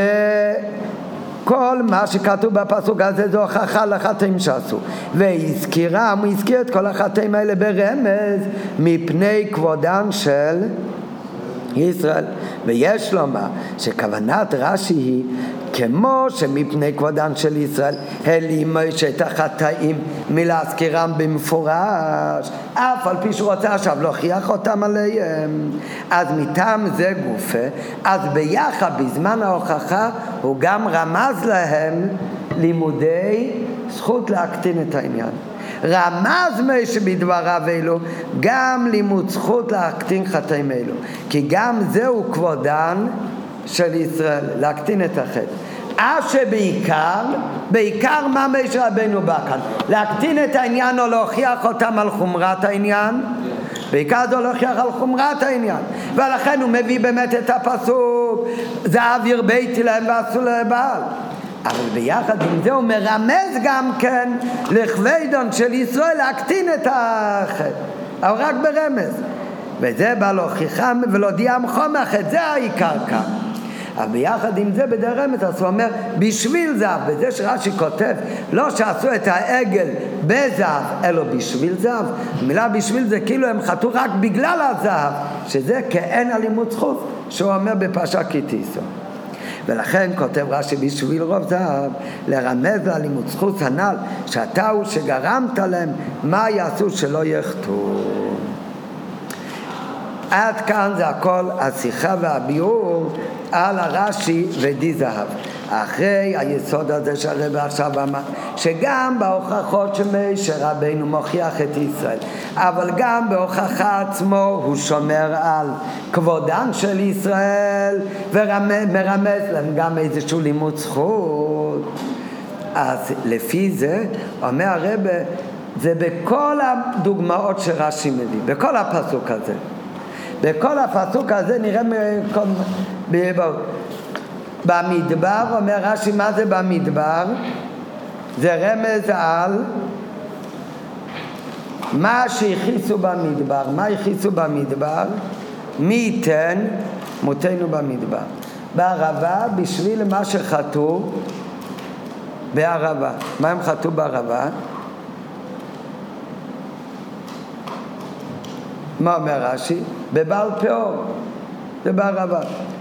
שכל מה שכתוב בפסוק הזה זו הוכחה לחטאים שעשו, והזכירם, הוא הזכיר את כל החטאים האלה ברמז מפני כבודם של ישראל. ויש לומר שכוונת רש"י היא כמו שמפני כבודן של ישראל העלים מוישה את החטאים מלהזכירם במפורש, אף על פי שהוא רוצה עכשיו להוכיח אותם עליהם. אז מטעם זה גופה, אז ביחד בזמן ההוכחה הוא גם רמז להם לימודי זכות להקטין את העניין. רמז מוישה בדבריו אלו גם לימוד זכות להקטין חטאים אלו, כי גם זהו כבודן של ישראל, להקטין את החטא. אף שבעיקר, בעיקר מה משה רבנו בא כאן? להקטין את העניין או להוכיח אותם על חומרת העניין? בעיקר זה להוכיח על חומרת העניין, ולכן הוא מביא באמת את הפסוק זהב הרביתי להם ועשו לבעל. אבל ביחד עם זה הוא מרמז גם כן לכבודן של ישראל להקטין את החטא, אבל רק ברמז, וזה בא להוכיחם ולהודיעם חומך, את זה העיקר כאן. אבל ביחד עם זה בדרמת, אז הוא אומר בשביל זהב, בזה שרש"י כותב לא שעשו את העגל בזהב אלא בשביל זהב, המילה בשביל זה כאילו הם חטאו רק בגלל הזהב, שזה כאין הלימוד זכות שהוא אומר בפרשת כי תישא. ולכן כותב רש"י בשביל רוב זהב לרמז ללימוד זכות הנ"ל שאתה הוא שגרמת להם מה יעשו שלא יחטאו. עד כאן זה הכל השיחה והביאור על הרש"י ודי זהב. אחרי היסוד הזה שהרב עכשיו אמר, שגם בהוכחות שמשה רבנו מוכיח את ישראל, אבל גם בהוכחה עצמו הוא שומר על כבודן של ישראל ומרמז להם גם איזשהו לימוד זכות. אז לפי זה אומר הרב, זה בכל הדוגמאות שרש"י מביא, בכל הפסוק הזה. בכל הפסוק הזה נראה במדבר, אומר רש"י מה זה במדבר? זה רמז על מה שהכיסו במדבר. מה הכיסו במדבר? מי ייתן מותנו במדבר. בערבה בשביל מה שחטאו בערבה. מה הם חטאו בערבה? מה אומר רש"י? בבעל פאור, זה בערבה.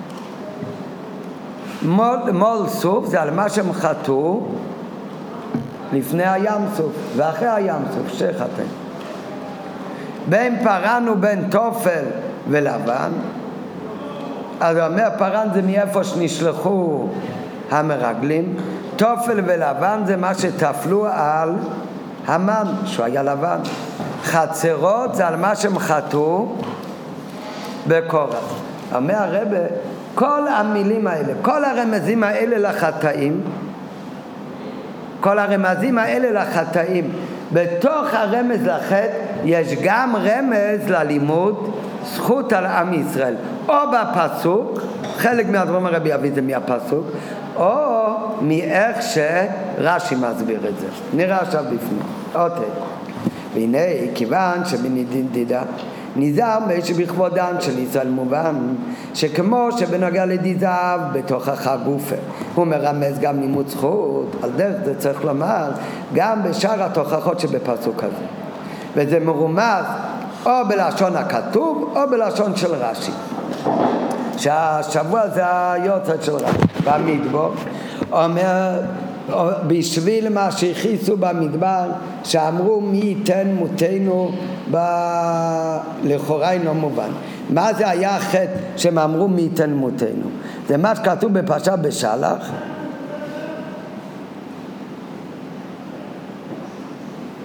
מול, מול סוף זה על מה שהם חטאו לפני הים סוף ואחרי הים סוף, שתי חטאים. בין פרן ובין תופל ולבן, אז הוא אומר פרן זה מאיפה שנשלחו המרגלים, תופל ולבן זה מה שטפלו על המן שהוא היה לבן. חצרות זה על מה שהם חטאו בקורח. אומר הרב, כל המילים האלה, כל הרמזים האלה לחטאים, כל הרמזים האלה לחטאים, בתוך הרמז לחטא יש גם רמז ללימוד זכות על עם ישראל, או בפסוק, חלק מהדברים הרבי יביא זה מהפסוק, או מאיך שרש"י מסביר את זה. נראה עכשיו בפנים. אוקיי. והנה, כיוון שבנידין דידה נזהר משה בכבודן של ישראל, מובן שכמו שבנוגע לדי זהב בתוך הגופה הוא מרמז גם לימוד זכות, על דרך זה צריך לומר גם בשאר התוכחות שבפסוק הזה, וזה מרומז או בלשון הכתוב או בלשון של רש"י, שהשבוע זה היוצאת של רש"י במדבר אומר בשביל מה שהכיסו במדבר שאמרו מי ייתן מותנו ב... לכאורה אינו מובן. מה זה היה החטא שהם אמרו מי ייתן מותנו? זה מה שכתוב בפרשת בשלח,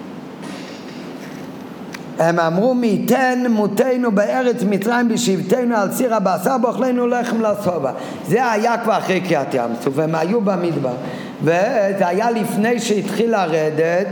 הם אמרו מיתן מותנו בארץ מצרים בשבטנו על סיר הבשר באוכלנו לחם לשובע. זה היה כבר אחרי קריעת ים סוף, והם היו במדבר, וזה היה לפני שהתחיל לרדת,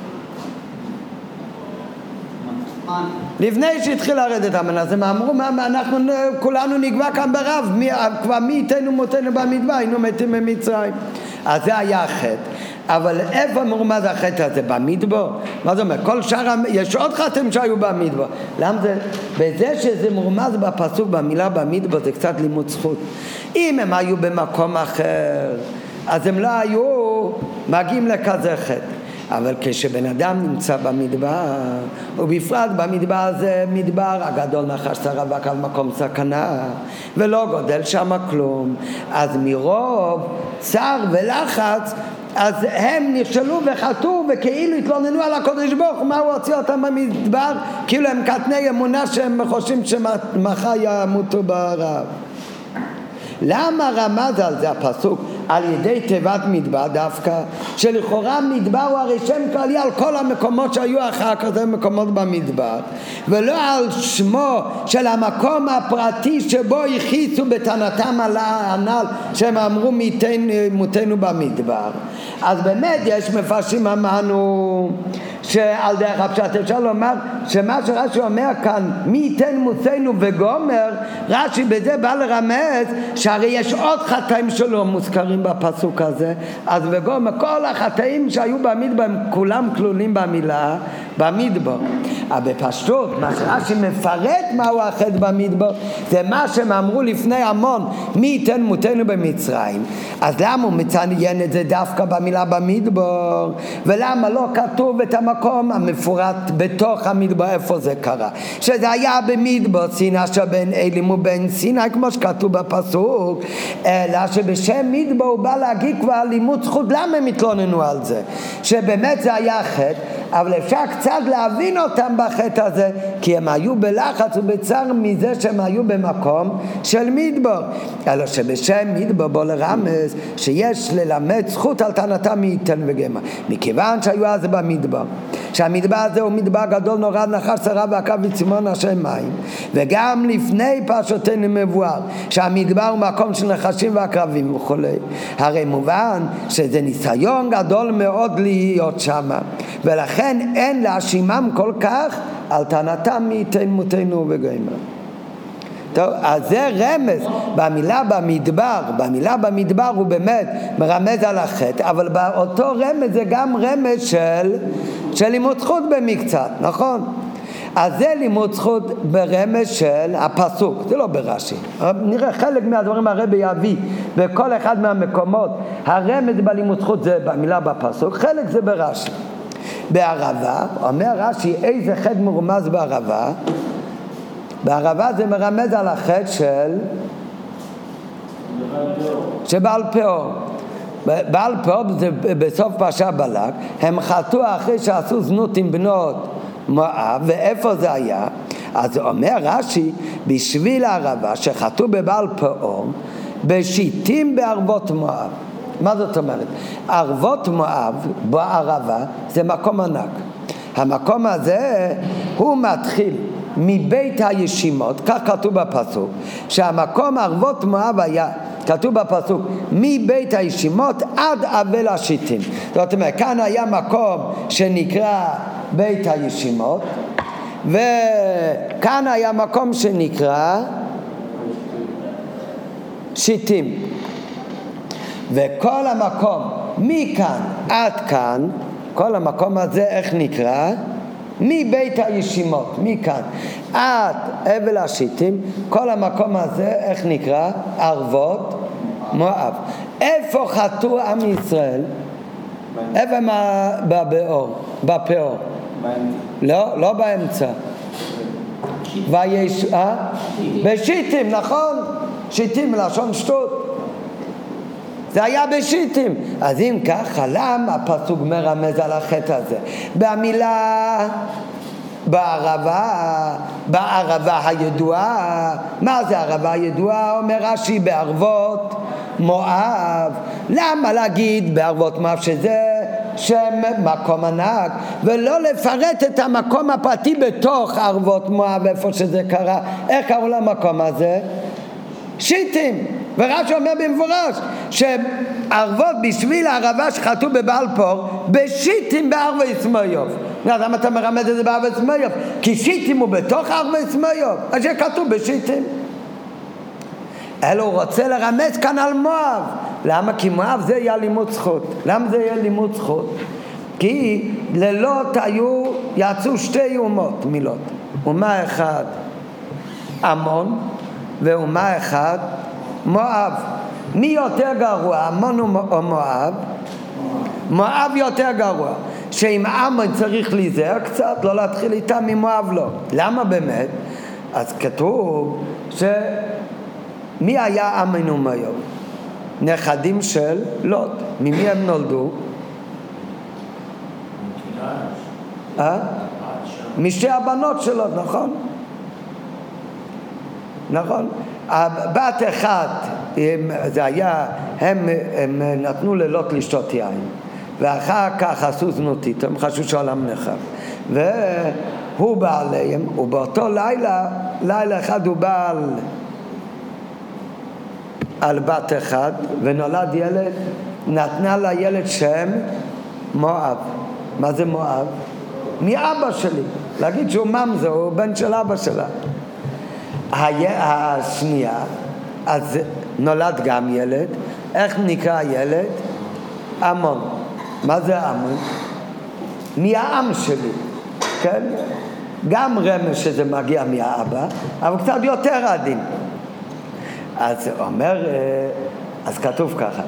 לפני שהתחיל לרדת המנה. אז הם אמרו, אנחנו כולנו נגבה כאן ברב, מי, כבר מי איתנו מותנו במדבר, היינו מתים במצרים. אז זה היה החטא. אבל איפה מרומז החטא הזה? במדבר? מה זאת אומרת? כל שאר, יש עוד חטאים שהיו במדבר. למה זה? בזה שזה מרומז בפסוק במילה במדבר, זה קצת לימוד זכות. אם הם היו במקום אחר, אז הם לא היו מגיעים לכזה חטא. אבל כשבן אדם נמצא במדבר, ובפרט במדבר הזה, מדבר הגדול נחש שרה ועקב מקום סכנה, ולא גודל שם כלום, אז מרוב צער ולחץ, אז הם נכשלו וחטאו וכאילו התלוננו על הקדוש ברוך הוא, מה הוא הוציא אותם במדבר, כאילו הם קטני אמונה שהם חושבים שמחר ימותו ברעב. למה רמז על זה הפסוק? על ידי תיבת מדבר דווקא, שלכאורה מדבר הוא הרי שם כללי על כל המקומות שהיו אחר כך, זה מקומות במדבר, ולא על שמו של המקום הפרטי שבו הכיסו בטענתם על הנ"ל שהם אמרו מותנו במדבר. אז באמת יש מפרשים אמרנו שעל דרך הפשט אפשר לומר שמה שרש"י אומר כאן מי ייתן מותנו וגומר, רש"י בזה בא לרמז שהרי יש עוד חטאים שלא מוזכרים בפסוק הזה, אז וגומר כל החטאים שהיו במדבר הם כולם כלולים במילה במדבר. אבל בפשטות מה שרש"י מפרט מהו החטא במדבר זה מה שהם אמרו לפני המון, מי ייתן מותנו במצרים. אז למה הוא מציין את זה דווקא במילה במדבר, ולמה לא כתוב את המקום המפורט בתוך המדבר איפה זה קרה, שזה היה במדבר סיני שבין אלים ובין סיני כמו שכתוב בפסוק, אלא שבשם מדבר הוא בא להגיד כבר לימוד זכות למה הם התלוננו על זה, שבאמת זה היה חטא, אבל אפשר קצת להבין אותם בחטא הזה, כי הם היו בלחץ ובצער מזה שהם היו במקום של מדבר. אלא שבשם מדבר בוא לרמז שיש ללמד זכות על טענתם מי ייתן וגמר, מכיוון שהיו אז במדבר, שהמדבר הזה הוא מדבר גדול נורא נחש שרה ועקב וצימון השם מים, וגם לפני פרשותנו מבואר שהמדבר הוא מקום של נחשים ועקרבים וכולי, הרי מובן שזה ניסיון גדול מאוד להיות שם, ולכן אין להאשימם כל כך על טענתם מי ייתן מותנו וגמר. טוב, אז זה רמז במילה במדבר, במילה במדבר הוא באמת מרמז על החטא, אבל באותו רמז זה גם רמז של, של לימוד זכות במקצת, נכון? אז זה לימוד זכות ברמז של הפסוק, זה לא ברש"י. נראה חלק מהדברים הרבי יביא בכל אחד מהמקומות, הרמז בלימוד זכות זה במילה בפסוק, חלק זה ברש"י. בערבה, אומר רש"י, איזה חטא מרומז בערבה? בערבה זה מרמז על החטא של שבעל פאור. בעל פאור זה בסוף פרשת בלק, הם חטאו אחרי שעשו זנות עם בנות מואב, ואיפה זה היה? אז אומר רש"י, בשביל הערבה שחטאו בבעל פאור, בשיטים בערבות מואב. מה זאת אומרת? ערבות מואב בערבה זה מקום ענק. המקום הזה הוא מתחיל מבית הישימות, כך כתוב בפסוק, שהמקום ערבות מואב היה, כתוב בפסוק, מבית הישימות עד אבל השיטים. זאת אומרת, כאן היה מקום שנקרא בית הישימות, וכאן היה מקום שנקרא שיטים. וכל המקום מכאן עד כאן, כל המקום הזה איך נקרא? מבית הישימות, מכאן עד אבל השיטים, כל המקום הזה איך נקרא? ערבות מואב. איפה חטאו עם ישראל? איפה מה בבאור? בפאור? לא, לא באמצע. ויש... אה? בשיטים, נכון? שיטים מלשון שטות. זה היה בשיטים. אז אם ככה, למה הפסוק מרמז על החטא הזה? במילה בערבה, בערבה הידועה. מה זה ערבה הידועה? אומר רש"י בערבות מואב. למה להגיד בערבות מואב שזה שהם מקום ענק, ולא לפרט את המקום הפרטי בתוך ערבות מואב איפה שזה קרה. איך קראו למקום הזה? שיטים. ורש"י אומר במפורש שערבות בשביל הערבה שחטו בבעל פור בשיטים בערבי סמויוב. למה אתה מרמד את זה בערבי סמויוב? כי שיטים הוא בתוך ערבי סמויוב, אז זה כתוב בשיטים. אלא הוא רוצה לרמז כאן על מואב. למה? כי מואב זה יהיה לימוד זכות. למה זה יהיה לימוד זכות? כי ללוט היו, יצאו שתי אומות מילות. אומה אחד עמון ואומה אחד מואב. מי יותר גרוע, עמון או מואב? מואב יותר גרוע. שאם עמון צריך להיזהר קצת, לא להתחיל איתם, ממואב לא. למה באמת? אז כתוב ש... מי היה עמון ומואב? נכדים של לוט. ממי הם נולדו? אה? משתי הבנות שלו, נכון? נכון? בת אחת, זה היה, הם, הם נתנו ללוט לשתות יין, ואחר כך עשו זנותית, הם חשבו שהעולם נחרב, והוא בא עליהם, ובאותו לילה, לילה אחד הוא בא על, על בת אחד, ונולד ילד, נתנה לילד שם מואב. מה זה מואב? מאבא שלי, להגיד שהוא ממזר, הוא בן של אבא שלה. השנייה, אז נולד גם ילד. איך נקרא ילד? עמון. מה זה עמון? מהעם שלי, כן? גם רמז שזה מגיע מהאבא, אבל קצת יותר עדין. אז אומר, אז כתוב ככה,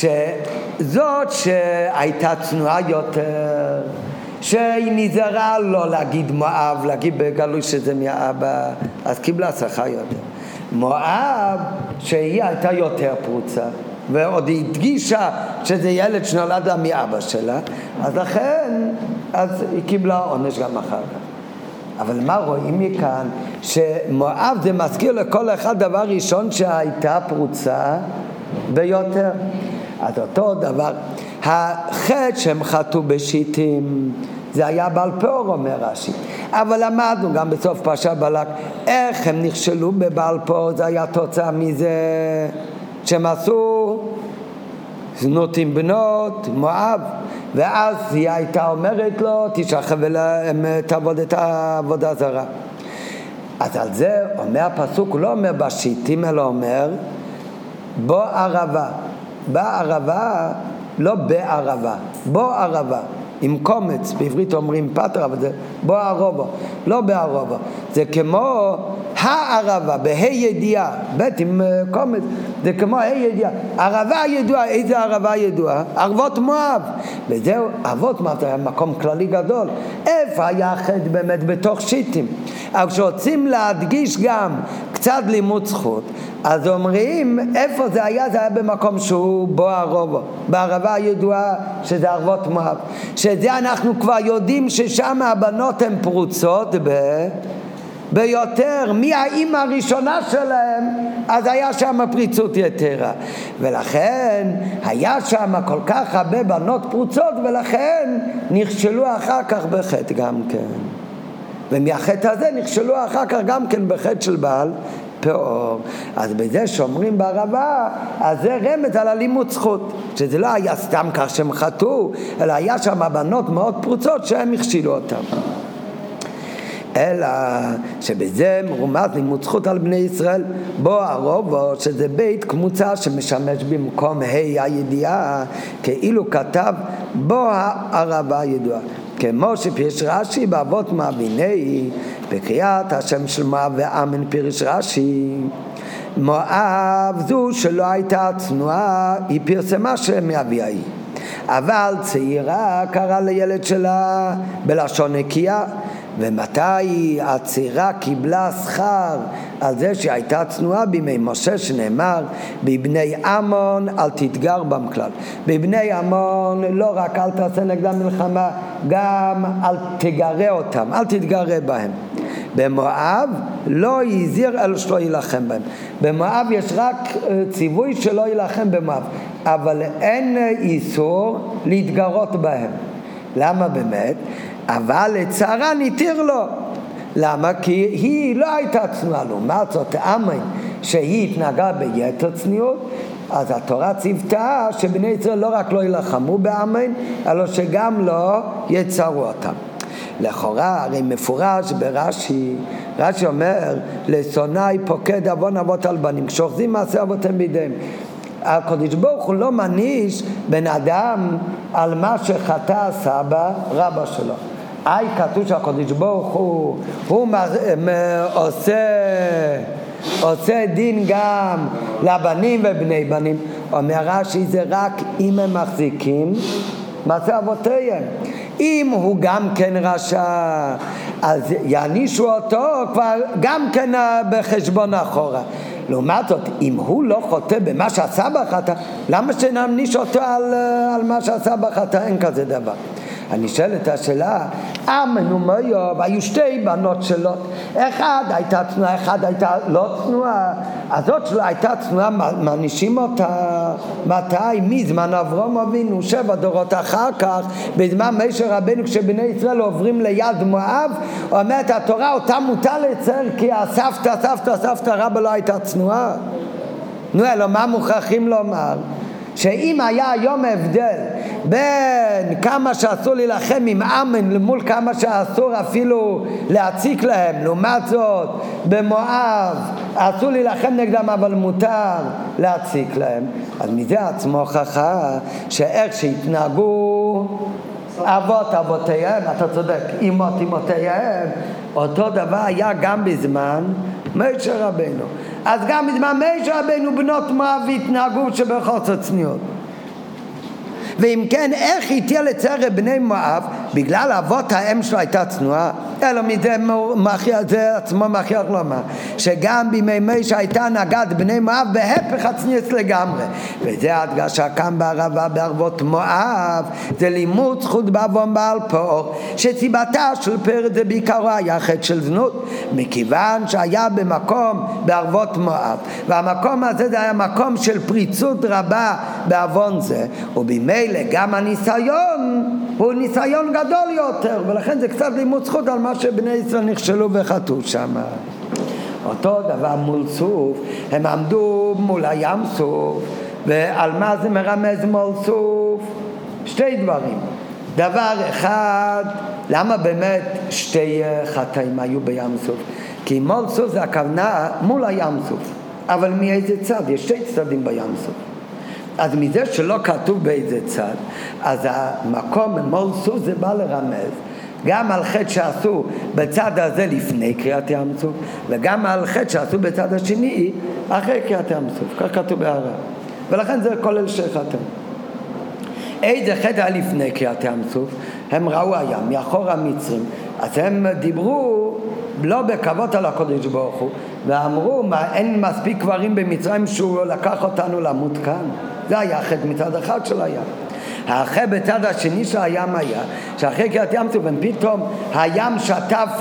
שזאת שהייתה צנועה יותר, שהיא נזהרה לא להגיד מואב, להגיד בגלוי שזה מהאבא, אז קיבלה שכר יותר. מואב, שהיא הייתה יותר פרוצה, ועוד היא הדגישה שזה ילד שנולד לה מאבא שלה, אז לכן, אז היא קיבלה עונש גם אחר כך. אבל מה רואים מכאן? שמואב זה מזכיר לכל אחד דבר ראשון שהייתה פרוצה ביותר. אז אותו דבר, החטא שהם חטאו בשיטים, זה היה בעל פור, אומר רש"י. אבל למדנו גם בסוף פרשת בלק, איך הם נכשלו בבעל פור, זה היה תוצאה מזה שהם עשו זנות עם בנות, מואב, ואז היא הייתה אומרת לו, תשכב ולהם תעבוד את העבודה זרה. אז על זה אומר הפסוק, הוא לא אומר בשיטים, אלא אומר, בוא ערבה. בערבה, לא בערבה, בוא ערבה. עם קומץ, בעברית אומרים פטר, אבל זה בוא ערבה, לא בערבה. זה כמו הערבה, בהי ידיעה, בית עם קומץ, זה כמו ההי ידיעה. ערבה ידועה, איזה ערבה ידועה? ערבות מואב. וזהו, ערבות מואב, זה היה מקום כללי גדול. איפה היה חטא באמת בתוך שיטים? אבל כשרוצים להדגיש גם קצת לימוד זכות, אז אומרים, איפה זה היה? זה היה במקום שהוא בו ערבה, בערבה הידועה שזה ערבות מואב. שזה אנחנו כבר יודעים ששם הבנות הן פרוצות ב... ביותר, מהאימא הראשונה שלהם, אז היה שם פריצות יתרה. ולכן היה שם כל כך הרבה בנות פרוצות, ולכן נכשלו אחר כך בחטא גם כן. ומהחטא הזה נכשלו אחר כך גם כן בחטא של בעל פאור. אז בזה שאומרים בערבה, אז זה רמז על הלימוד זכות, שזה לא היה סתם כך שהם חטאו, אלא היה שם בנות מאוד פרוצות שהם הכשילו אותם. אלא שבזה מרומז לימוד זכות על בני ישראל, בו הרובו, שזה בית קמוצה שמשמש במקום ה' הידיעה, כאילו כתב בו הערבה הידועה. כמו שפירש רש"י באבות מואב, הנה בקריאת השם של מואב ועמון פירש רש"י, מואב זו שלא הייתה צנועה, היא פרסמה שמאביה היא, אבל צעירה קרא לילד שלה בלשון נקייה. ומתי הצעירה קיבלה שכר על זה שהייתה צנועה? בימי משה, שנאמר בבני עמון אל תתגר בם כלל. בבני עמון לא רק אל תעשה נגדם מלחמה, גם אל תגרה אותם, אל תתגרה בהם. במואב לא יזיר אלו שלא ילחם בהם. במואב יש רק ציווי שלא ילחם במואב. אבל אין איסור להתגרות בהם. למה באמת? אבל לצערה נתיר לו. למה? כי היא לא הייתה צנועה. לעומת זאת, אמן שהיא התנהגה ביתר צניעות, אז התורה ציוותה שבני ישראל לא רק לא ילחמו באמן, אלא שגם לא יצרו אותם. לכאורה הרי מפורש ברש"י, רש"י אומר לשונאי פוקד עוון אבות על בנים כשאוחזים מעשה אבותיהם בידיהם. הקדוש ברוך הוא לא מעניש בן אדם על מה שחטא סבא רבא שלו. אי כתוב שהקדוש ברוך הוא הוא עושה עושה דין גם לבנים ובני בנים. אומר רש"י זה רק אם הם מחזיקים מעשה אבותיהם. אם הוא גם כן רשע, אז יענישו אותו כבר גם כן בחשבון אחורה. לעומת זאת, אם הוא לא חוטא במה שעשה בחטא, למה שנעניש אותו על, על מה שעשה בחטא? אין כזה דבר. אני שואל את השאלה, אמן ומויוב, היו שתי בנות שלו, אחד הייתה צנועה, אחד הייתה לא צנועה, הזאת שלו הייתה צנועה, מענישים אותה מתי? מזמן אברהם אבינו, שבע דורות אחר כך, בזמן משה רבנו, כשבני ישראל עוברים ליד מואב, אומרת התורה, אותה מותר לצייר, כי הסבתא, סבתא, סבתא רבא לא הייתה צנועה. נו, אלא מה מוכרחים לומר? שאם היה היום הבדל בין כמה שאסור להילחם עם אמן למול כמה שאסור אפילו להציק להם, לעומת זאת במואב אסור להילחם נגדם אבל מותר להציק להם, אז מזה עצמו הוכחה שאיך שהתנהגו אבות אבותיהם, אתה צודק, אמות אמותיהם, אותו דבר היה גם בזמן משה רבנו. אז גם בזמן משה רבנו בנות מואב התנהגו שבחוסר צניעות. ואם כן, איך התיר לצייר בני מואב? בגלל אבות האם שלו הייתה צנועה? אלא מזה זה עצמו מכריח לומר שגם בימי משה הייתה נגד בני מואב בהפך הצניעות לגמרי. וזה ההדגשה כאן בערבה בערבות מואב, זה לימוד זכות בעוון בעל פור, שסיבתה של פר זה בעיקרו היה חטא של זנות, מכיוון שהיה במקום בערבות מואב, והמקום הזה זה היה מקום של פריצות רבה בעוון זה, ובמילא גם הניסיון הוא ניסיון גדול יותר, ולכן זה קצת לימוד זכות על מה שבני ישראל נכשלו וחטאו שם. אותו דבר מול סוף, הם עמדו מול הים סוף, ועל מה זה מרמז מול סוף? שתי דברים. דבר אחד, למה באמת שתי חטאים היו בים סוף? כי מול סוף זה הכוונה מול הים סוף, אבל מאיזה צד? יש שתי צדדים בים סוף. אז מזה שלא כתוב באיזה צד, אז המקום מול סוף זה בא לרמז גם על חטא שעשו בצד הזה לפני קריאת ים סוף, וגם על חטא שעשו בצד השני אחרי קריאת ים סוף, כך כתוב בהר"א, ולכן זה כולל שתי חטאים. איזה חטא היה לפני קריאת ים סוף? הם ראו הים מאחור המצרים, אז הם דיברו לא בכבוד על הקדוש ברוך הוא, ואמרו מה, אין מספיק קברים במצרים שהוא לקח אותנו למות כאן. זה היה חטא מצד אחד של הים. האחר בצד השני של הים היה שאחרי קריאת ים סוף פתאום הים שטף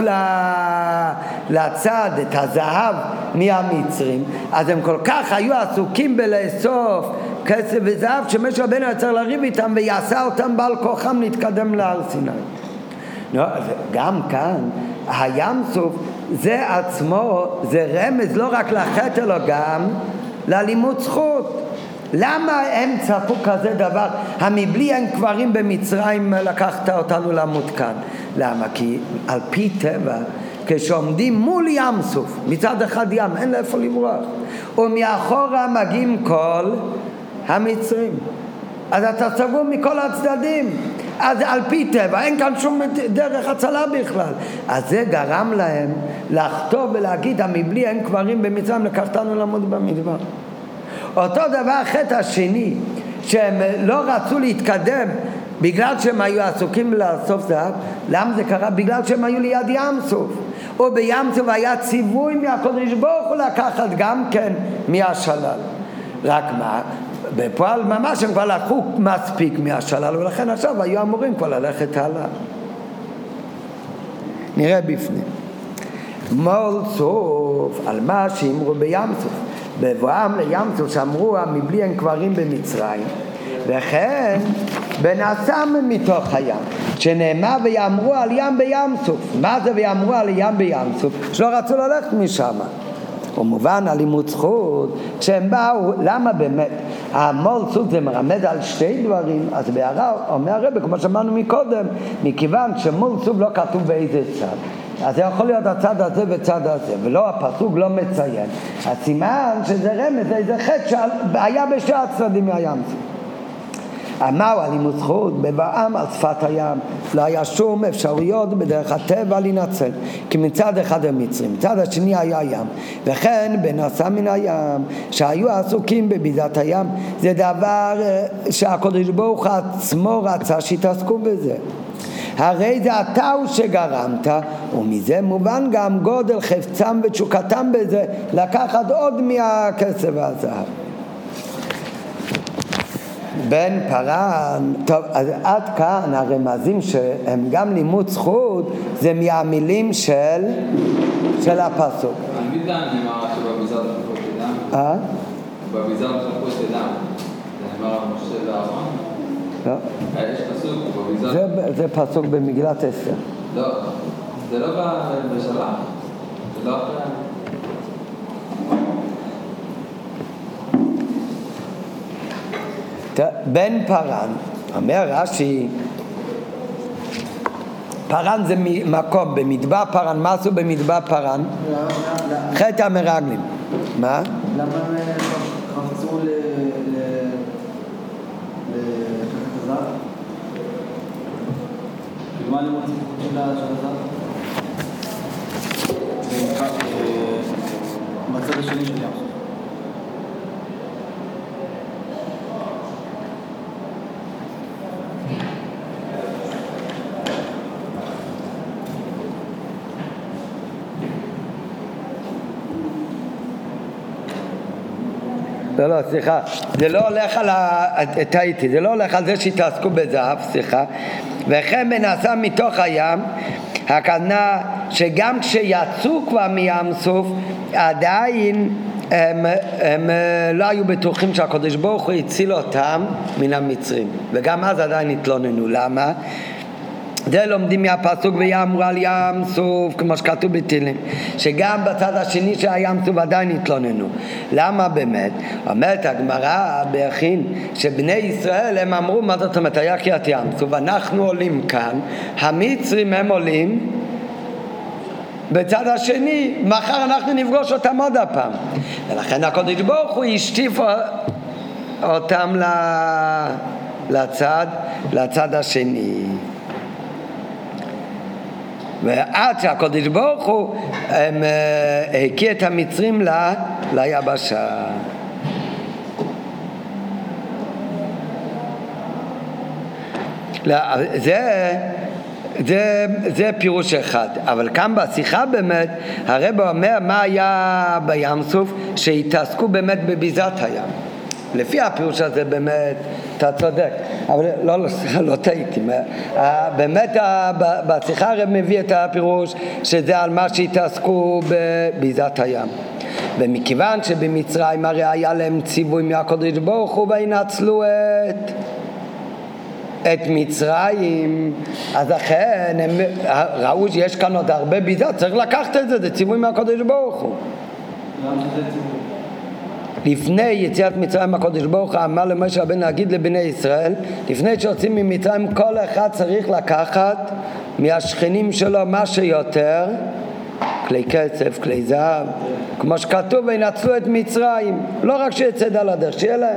לצד את הזהב מהמצרים, אז הם כל כך היו עסוקים בלאסוף כסף וזהב שמשה רבנו היה צריך לריב איתם ויעשה אותם בעל כוחם להתקדם להר סיני. לא, גם כאן הים סוף זה עצמו זה רמז לא רק לחטא אלא גם ללימוד זכות. למה הם צפו כזה דבר? המבלי אין קברים במצרים לקחת אותנו למות כאן. למה? כי על פי טבע כשעומדים מול ים סוף, מצד אחד ים, אין לאיפה לברוח, ומאחורה מגיעים כל המצרים, אז אתה סגור מכל הצדדים, אז על פי טבע אין כאן שום דרך הצלה בכלל. אז זה גרם להם לכתוב ולהגיד המבלי אין קברים במצרים לקחתנו למות במדבר. אותו דבר חטא השני, שהם לא רצו להתקדם בגלל שהם היו עסוקים לאסוף זהב. למה זה קרה? בגלל שהם היו ליד ים סוף, ובים סוף היה ציווי מהקדוש ברוך הוא לקחת גם כן מהשלל. רק מה? בפועל ממש הם כבר לקחו מספיק מהשלל, ולכן עכשיו היו אמורים כבר ללכת הלאה. נראה בפנים מול סוף על מה שאמרו בים סוף. בבואם לים סוף שאמרו מבלי אין קברים במצרים, וכן בנעשם מתוך הים, שנאמר ויאמרו על ים בים סוף. מה זה ויאמרו על ים בים סוף? שלא רצו ללכת משם. ומובן על לימוד זכות, כשהם באו, למה באמת? המול סוף זה מרמז על שתי דברים. אז בהערה אומר הרב, כמו שאמרנו מקודם, מכיוון שמול סוף לא כתוב באיזה צד, אז זה יכול להיות הצד הזה וצד הזה, ולא, הפסוק לא מציין. הסימן שזה רמז, זה איזה חטא שהיה בשתי הצדדים מהים סוף. אמרו על לימוד זכות בבואם על שפת הים, לא היה שום אפשרויות בדרך הטבע להינצל, כי מצד אחד המצרים, מצד השני היה ים, וכן בנעשה מן הים שהיו עסוקים בביזת הים, זה דבר שהקדוש ברוך הוא עצמו רצה שיתעסקו בזה. הרי זה אתה הוא שגרמת, ומזה מובן גם גודל חפצם ותשוקתם בזה, לקחת עוד מהכסף והזהב. בן פרן, טוב, אז עד כאן הרמזים שהם גם לימוד זכות, זה מהמילים של של הפסוק. אני יודע נאמר שבביזר חלקות אדם. אה? בביזר חלקות אדם. זה נאמר משה ואהרון? לא. יש פסוק בביזר. זה, זה פסוק במגילת אסתר. לא, זה לא בשלח. זה לא אחרי... בן פרן, אומר רש"י, פרן זה מקום, במדבר פרן, מה עשו במדבר פרן? חטא המרגלים. מה? למה הם חפצו לקחת הזר? מה הם רוצים של הזר? בצד השני של ים. לא, לא, סליחה, זה לא הולך על ה... טעיתי, זה לא הולך על זה שהתעסקו בזהב, סליחה. וכן בנעשה מתוך הים, הכוונה שגם כשיצאו כבר מים סוף, עדיין הם, הם לא היו בטוחים שהקדוש ברוך הוא הציל אותם מן המצרים. וגם אז עדיין התלוננו. למה? זה לומדים מהפסוק ויאמרו על ים סוף, כמו שכתוב בתהילים, שגם בצד השני של הים סוף עדיין התלוננו. למה באמת? אומרת הגמרא בהכין שבני ישראל הם אמרו, מה זאת אומרת, היה קריאת ים סוף, אנחנו עולים כאן, המצרים הם עולים בצד השני, מחר אנחנו נפגוש אותם עוד הפעם. ולכן הקדוש ברוך הוא השטיף אותם לצד, לצד השני. ועד שהקדוש ברוך הוא הקיא את המצרים ליבשה. זה, זה, זה פירוש אחד. אבל כאן בשיחה באמת הרב אומר מה היה בים סוף, שהתעסקו באמת בביזת הים. לפי הפירוש הזה באמת אתה צודק, אבל לא, לא, לא טעיתי. באמת בשיחה הרב מביא את הפירוש שזה על מה שהתעסקו בביזת הים. ומכיוון שבמצרים הרי היה להם ציווי מהקדוש ברוך הוא וינצלו את את מצרים, אז לכן הם ראו שיש כאן עוד הרבה ביזה, צריך לקחת את זה, זה ציווי מהקדוש ברוך הוא. למה זה ציווי? לפני יציאת מצרים הקדוש ברוך הוא אמר למשה רבנו להגיד לבני ישראל, לפני שיוצאים ממצרים כל אחד צריך לקחת מהשכנים שלו מה שיותר, כלי כסף, כלי זהב, כמו שכתוב וינצלו את מצרים, לא רק שיצא על הדרך, שיהיה להם.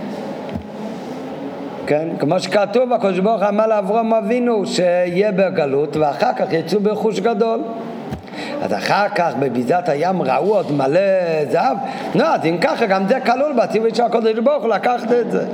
כן? כמו שכתוב, הקדוש ברוך הוא אמר לאברהם אבינו שיהיה בגלות ואחר כך יצאו ברכוש גדול. אז אחר כך בביזת הים ראו עוד מלא זהב. לא, אז אם ככה גם זה כלול בציווי של הקדוש ברוך הוא לקחת את זה.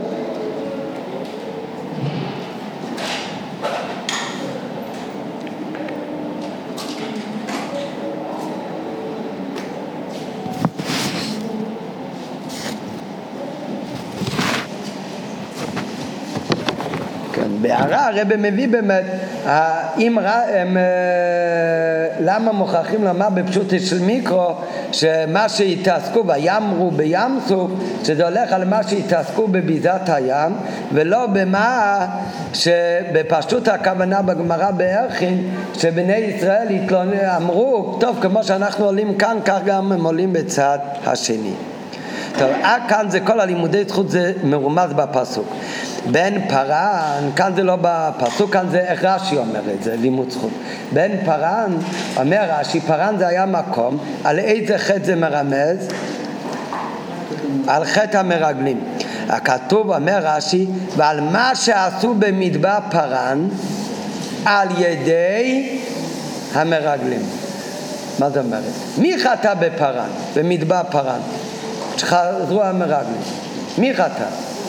כן, בהערה הרב מביא באמת, אם, הם, למה מוכרחים לומר בפשוט של מיקרו, שמה שהתעסקו ויאמרו בים סוף, שזה הולך על מה שהתעסקו בביזת הים, ולא במה שבפשטות הכוונה בגמרא בערכין, שבני ישראל התלוננו, אמרו, טוב, כמו שאנחנו עולים כאן, כך גם הם עולים בצד השני. טוב, כאן זה כל הלימודי זכות, זה מרומז בפסוק. בן פרן, כאן זה לא בפסוק, כאן זה איך רש"י אומר את זה, לימוד זכות. בן פרן, אומר רש"י, פרן זה היה מקום, על איזה חטא זה מרמז? על חטא המרגלים. הכתוב, אומר רש"י, ועל מה שעשו במדבר פרן, על ידי המרגלים. מה זה אומרת? מי חטא בפרן, במדבר פרן? שחזרו המרגלים. מי חטא?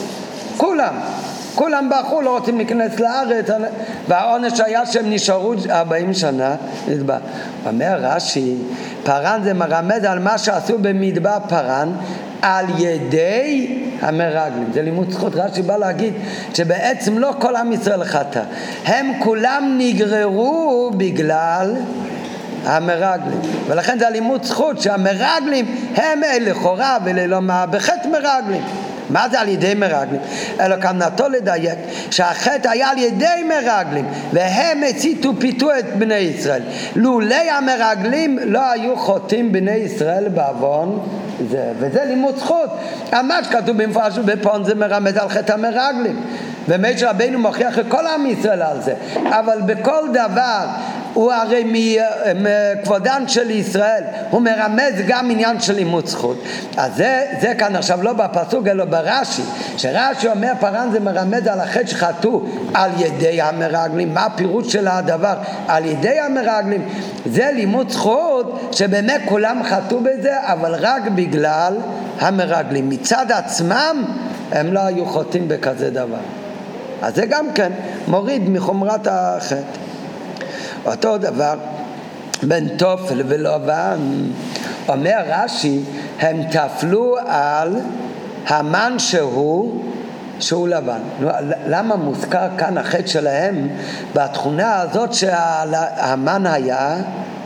כולם. כולם בחרו, לא רוצים להיכנס לארץ, והעונש היה שהם נשארו ארבעים שנה מדבר. אומר רש"י, פרן זה מרמז על מה שעשו במדבר פרן על ידי המרגלים. זה לימוד זכות. רש"י בא להגיד שבעצם לא כל עם ישראל חטא, הם כולם נגררו בגלל המרגלים, ולכן זה הלימוד זכות שהמרגלים הם אלה לכאורה וללא מה בחטא מרגלים. מה זה על ידי מרגלים? אלא כאן נתו לדייק שהחטא היה על ידי מרגלים, והם הציתו פיתו את בני ישראל. לולי המרגלים לא היו חוטאים בני ישראל בעוון זה, וזה לימוד זכות. מה שכתוב במפורש בפון זה מרמז על חטא המרגלים, ומשה רבינו מוכיח לכל עם ישראל על זה. אבל בכל דבר הוא הרי מכבודן של ישראל, הוא מרמז גם עניין של לימוד זכות. אז זה, זה כאן עכשיו לא בפסוק אלא ברש"י, שרש"י אומר פרן זה מרמז על החטא שחטאו על ידי המרגלים. מה הפירוש של הדבר על ידי המרגלים? זה לימוד זכות שבאמת כולם חטאו בזה, אבל רק בגלל המרגלים. מצד עצמם הם לא היו חוטאים בכזה דבר. אז זה גם כן מוריד מחומרת החטא. אותו דבר בין תופל ולבן, אומר רש"י, הם תפלו על המן שהוא שהוא לבן. למה מוזכר כאן החטא שלהם בתכונה הזאת שהמן היה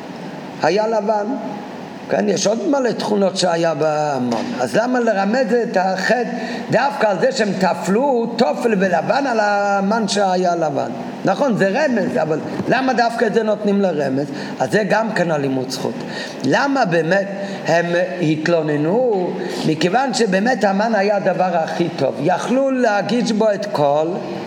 היה לבן? כן, יש עוד מלא תכונות שהיה בהמון. אז למה לרמז את החטא דווקא על זה שהם תפלו תופל ולבן על המן שהיה לבן? נכון, זה רמז, אבל למה דווקא את זה נותנים לרמז? אז זה גם כן הלימוד זכות. למה באמת הם התלוננו? מכיוון שבאמת המן היה הדבר הכי טוב. יכלו להגיש בו את כל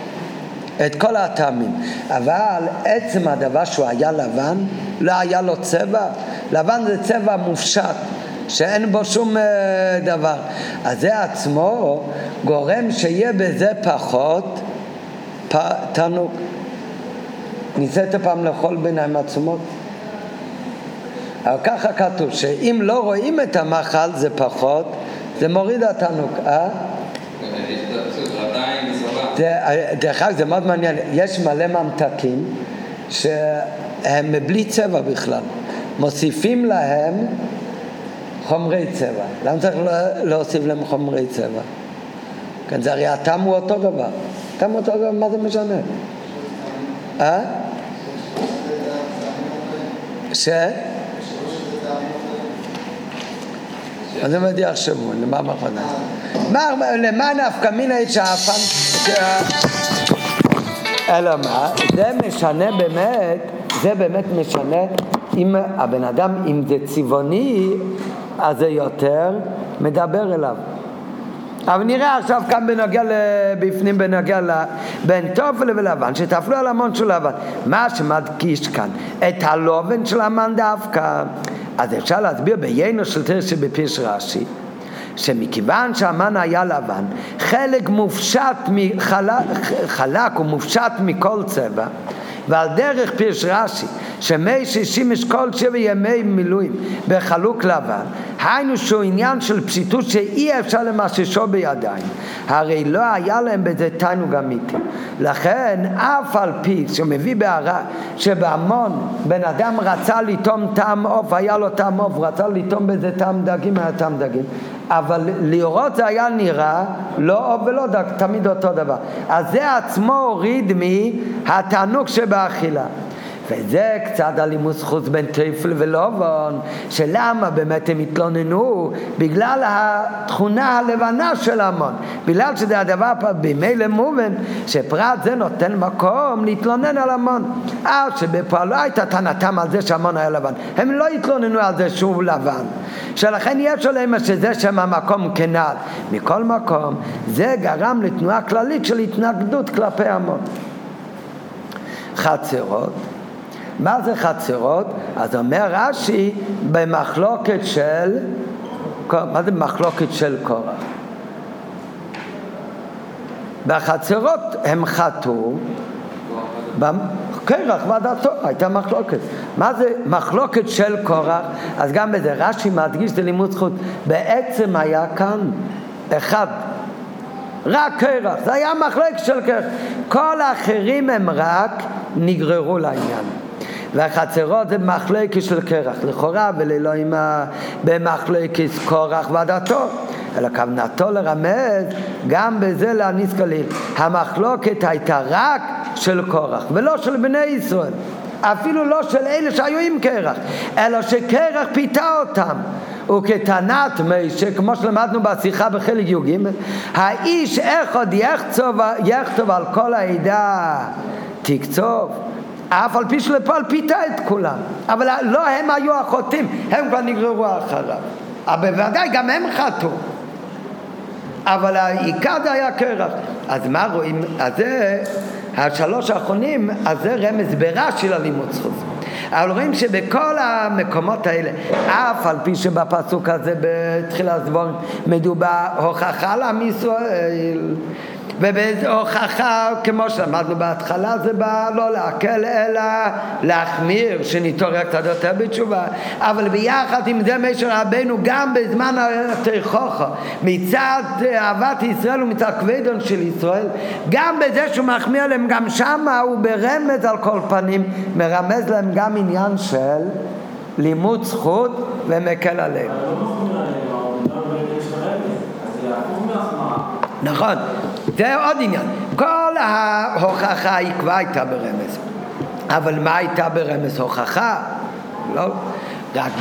את כל הטעמים, אבל עצם הדבר שהוא היה לבן, לא היה לו צבע. לבן זה צבע מופשט שאין בו שום דבר, אז זה עצמו גורם שיהיה בזה פחות תענוג. ניסית פעם לאכול ביניים עצמות? אבל ככה כתוב שאם לא רואים את המאכל זה פחות, זה מוריד התענוג. אה? דרך אגב זה מאוד מעניין, יש מלא ממתקים שהם בלי צבע בכלל, מוסיפים להם חומרי צבע. למה צריך להוסיף להם חומרי צבע? כן, זה הרי הטעם הוא אותו דבר. הטעם הוא אותו דבר, מה זה משנה? אה? ש? אז הם יודעים יחשבו, למה מכונה? למה נפקא מינה שהאפן... אלא מה? זה משנה באמת, זה באמת משנה אם הבן אדם, אם זה צבעוני, אז זה יותר מדבר אליו. אבל נראה עכשיו כאן בנוגע בפנים, בנוגע בין תופל ולבן, שתפלו על המון של לבן. מה שמדגיש כאן, את הלובן של המן דווקא. אז אפשר להסביר בעיינו של תראה שבפירוש רש"י, שמכיוון שהמן היה לבן, חלק מופשט מחלק, חלק ומופשט מכל צבע, ועל דרך פירש רש"י שמי שישים אשכול שבע ימי מילואים בחלוק לבן, היינו שהוא עניין של פשיטות שאי אפשר למששו בידיים, הרי לא היה להם בזה תענוג אמיתי. לכן אף על פי שמביא בהערה שבהמון בן אדם רצה לטום טעם עוף, היה לו טעם עוף, רצה לטום בזה טעם דגים, היה טעם דגים, אבל לראות זה היה נראה לא עוף ולא דג, תמיד אותו דבר. אז זה עצמו הוריד מהתענוג שבאכילה. וזה קצת הלימוס חוץ בין טפל ולובן, שלמה באמת הם התלוננו? בגלל התכונה הלבנה של המון, בגלל שזה הדבר במילא מובן שפרט זה נותן מקום להתלונן על המון, אז שבפועל לא הייתה טענתם על זה שהמון היה לבן, הם לא התלוננו על זה שהוא לבן, שלכן יש עליהם שזה שם המקום כנעל. מכל מקום זה גרם לתנועה כללית של התנגדות כלפי המון. חצרות, מה זה חצרות? אז אומר רש"י במחלוקת של, מה זה מחלוקת של קורח? בחצרות הם חטאו קרח ועדתו, הייתה מחלוקת. מה זה מחלוקת של קורח? אז גם בזה רש"י מדגיש את לימוד זכות, בעצם היה כאן אחד רק קרח, זה היה מחלוקת של קרח, כל האחרים הם רק נגררו לעניין. והחצרות זה מחלוקת של קרח לכאורה, ולא עם במחלוקת קורח ועדתו, אלא כוונתו לרמז גם בזה להניס כליל. המחלוקת הייתה רק של קורח ולא של בני ישראל, אפילו לא של אלה שהיו עם קרח, אלא שקרח פיתה אותם. וכתנת משה, כמו שלמדנו בשיחה בחלק י"ג, האיש אחד יכתוב, יכתוב על כל העדה תקצוב, אף על פי שלפועל פיתה את כולם, אבל לא הם היו החוטאים, הם כבר נגררו אחריו, אבל בוודאי גם הם חטאו, אבל העיקר זה היה קרח. אז מה רואים? אז זה השלוש האחרונים, אז זה רמז ברש"י ללימוד זכות. אבל רואים שבכל המקומות האלה, אף על פי שבפסוק הזה בתחילת דברים מדובר הוכחה לעם ישראל, ובהוכחה כמו שלמדנו בהתחלה זה בא לא להקל אלא להחמיר, שנתעורר קצת יותר בתשובה. אבל ביחד עם זה משה רבנו גם בזמן התוכחה מצד אהבת ישראל ומצד כבודו של ישראל, גם בזה שהוא מחמיר להם, גם שם הוא ברמז על כל פנים מרמז להם גם עניין של לימוד זכות ומקל עליהם. נכון, זה עוד עניין. כל ההוכחה היא כבר הייתה ברמז, אבל מה הייתה ברמז הוכחה? לא, רק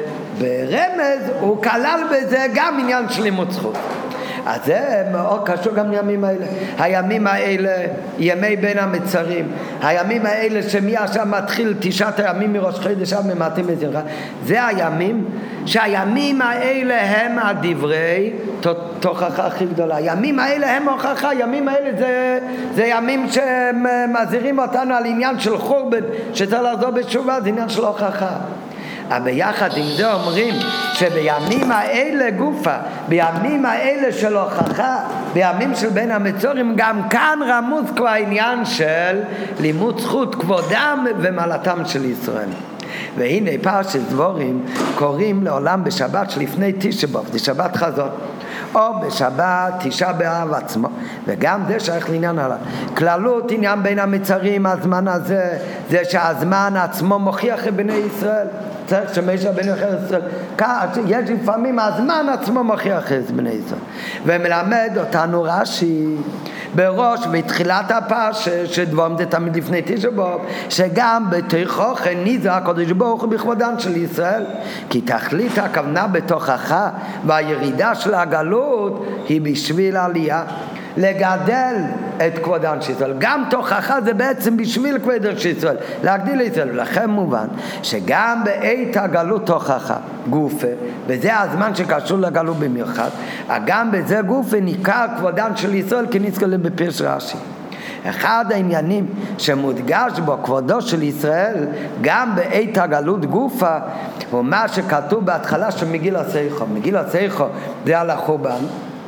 ברמז הוא כלל בזה גם עניין של לימוד זכות. אז זה מאוד קשור גם לימים האלה. הימים האלה, ימי בין המצרים, הימים האלה שמי עכשיו מתחיל תשעת הימים מראש חודש עד ממעטים בזרחה, זה הימים שהימים האלה הם הדברי תוכחה הכי גדולה. הימים האלה הם הוכחה, הימים האלה זה, זה ימים שמזהירים אותנו על עניין של חורבן שצריך לחזור בתשובה, זה עניין של הוכחה. אבל ביחד עם זה אומרים שבימים האלה גופה, בימים האלה של הוכחה, בימים של בין המצורים, גם כאן רמוז כבר העניין של לימוד זכות כבודם ומעלתם של ישראל. והנה פרשת דבורים קוראים לעולם בשבת שלפני תשעה באב, זה שבת חזון, או בשבת תשעה באב עצמו, וגם זה שייך לעניין הלאה. כללות עניין בין המצרים, הזמן הזה זה שהזמן עצמו מוכיח את בני ישראל, צריך שמשה בני ישראל, יש לפעמים הזמן עצמו מוכיח את בני ישראל. ומלמד אותנו רש"י בראש מתחילת הפרש שדברים זה תמיד לפני תשעה באב, שגם בתוכחה ניזה הקדוש ברוך הוא בכבודן של ישראל, כי תכלית הכוונה בתוכחה והירידה של הגלות היא בשביל עלייה, לגדל את כבודן של ישראל. גם תוכחה זה בעצם בשביל כבודן של ישראל, להגדיל את ישראל. ולכן מובן שגם בעת הגלות תוכחה גופה, וזה הזמן שקשור לגלות במיוחד, גם בזה גופה ניכר כבודן של ישראל כנזכר בפירוש רש"י. אחד העניינים שמודגש בו כבודו של ישראל גם בעת הגלות גופה הוא מה שכתוב בהתחלה של מגיל הסייכו. מגיל הסייכו זה על החורבן,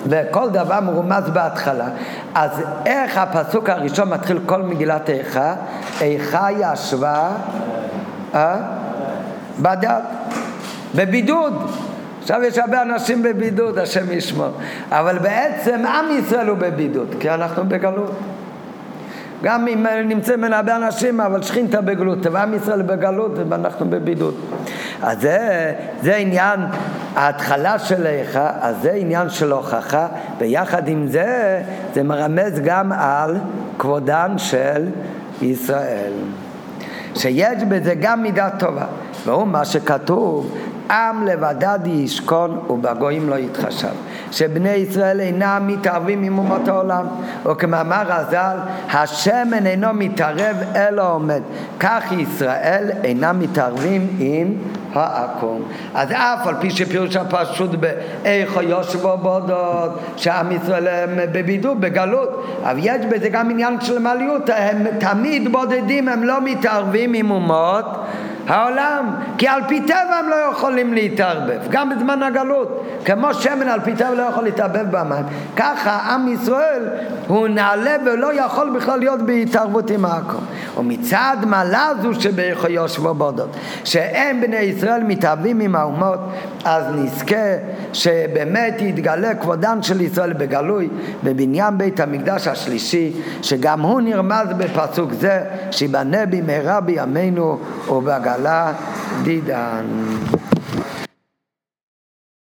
וכל דבר מרומז בהתחלה. אז איך הפסוק הראשון מתחיל כל מגילת איכה? איכה ישבה אה? בדד, בבידוד. עכשיו יש הרבה אנשים בבידוד, השם ישמור, אבל בעצם עם ישראל הוא בבידוד, כי אנחנו בגלות. גם אם נמצא מן הרבה אנשים, אבל שכינתה בגלות, ועם ישראל בגלות ואנחנו בבידוד. אז זה, זה עניין, ההתחלה של איכה, אז זה עניין של הוכחה, ויחד עם זה, זה מרמז גם על כבודן של ישראל. שיש בזה גם מידה טובה, והוא מה שכתוב, עם לבדד ישכון ובגויים לא יתחשב, שבני ישראל אינם מתערבים עם אומות העולם, וכמאמר רז"ל, השמן אינו מתערב אלא עומד, כך ישראל אינם מתערבים עם העקום. אז אף על פי שפירוש הפשוט באיכה ישבו בדד, שעם ישראל הם בבידוד, בגלות, אבל יש בזה גם עניין של מליות, הם תמיד בודדים, הם לא מתערבים עם אומות העולם, כי על פי טבע הם לא יכולים להתערבב, גם בזמן הגלות, כמו שמן על פי טבע לא יכול להתערבב במים, ככה עם ישראל הוא נעלה ולא יכול בכלל להיות בהתערבות עם העקום. ומצד מעלה זו שבאיכה ישבו בדד, שהם בני ישראל מתערבים עם האומות, אז נזכה שבאמת יתגלה כבודן של ישראל בגלוי בבניין בית המקדש השלישי, שגם הוא נרמז בפסוק זה, שיבנה במהרה בימינו ובגלה דידן.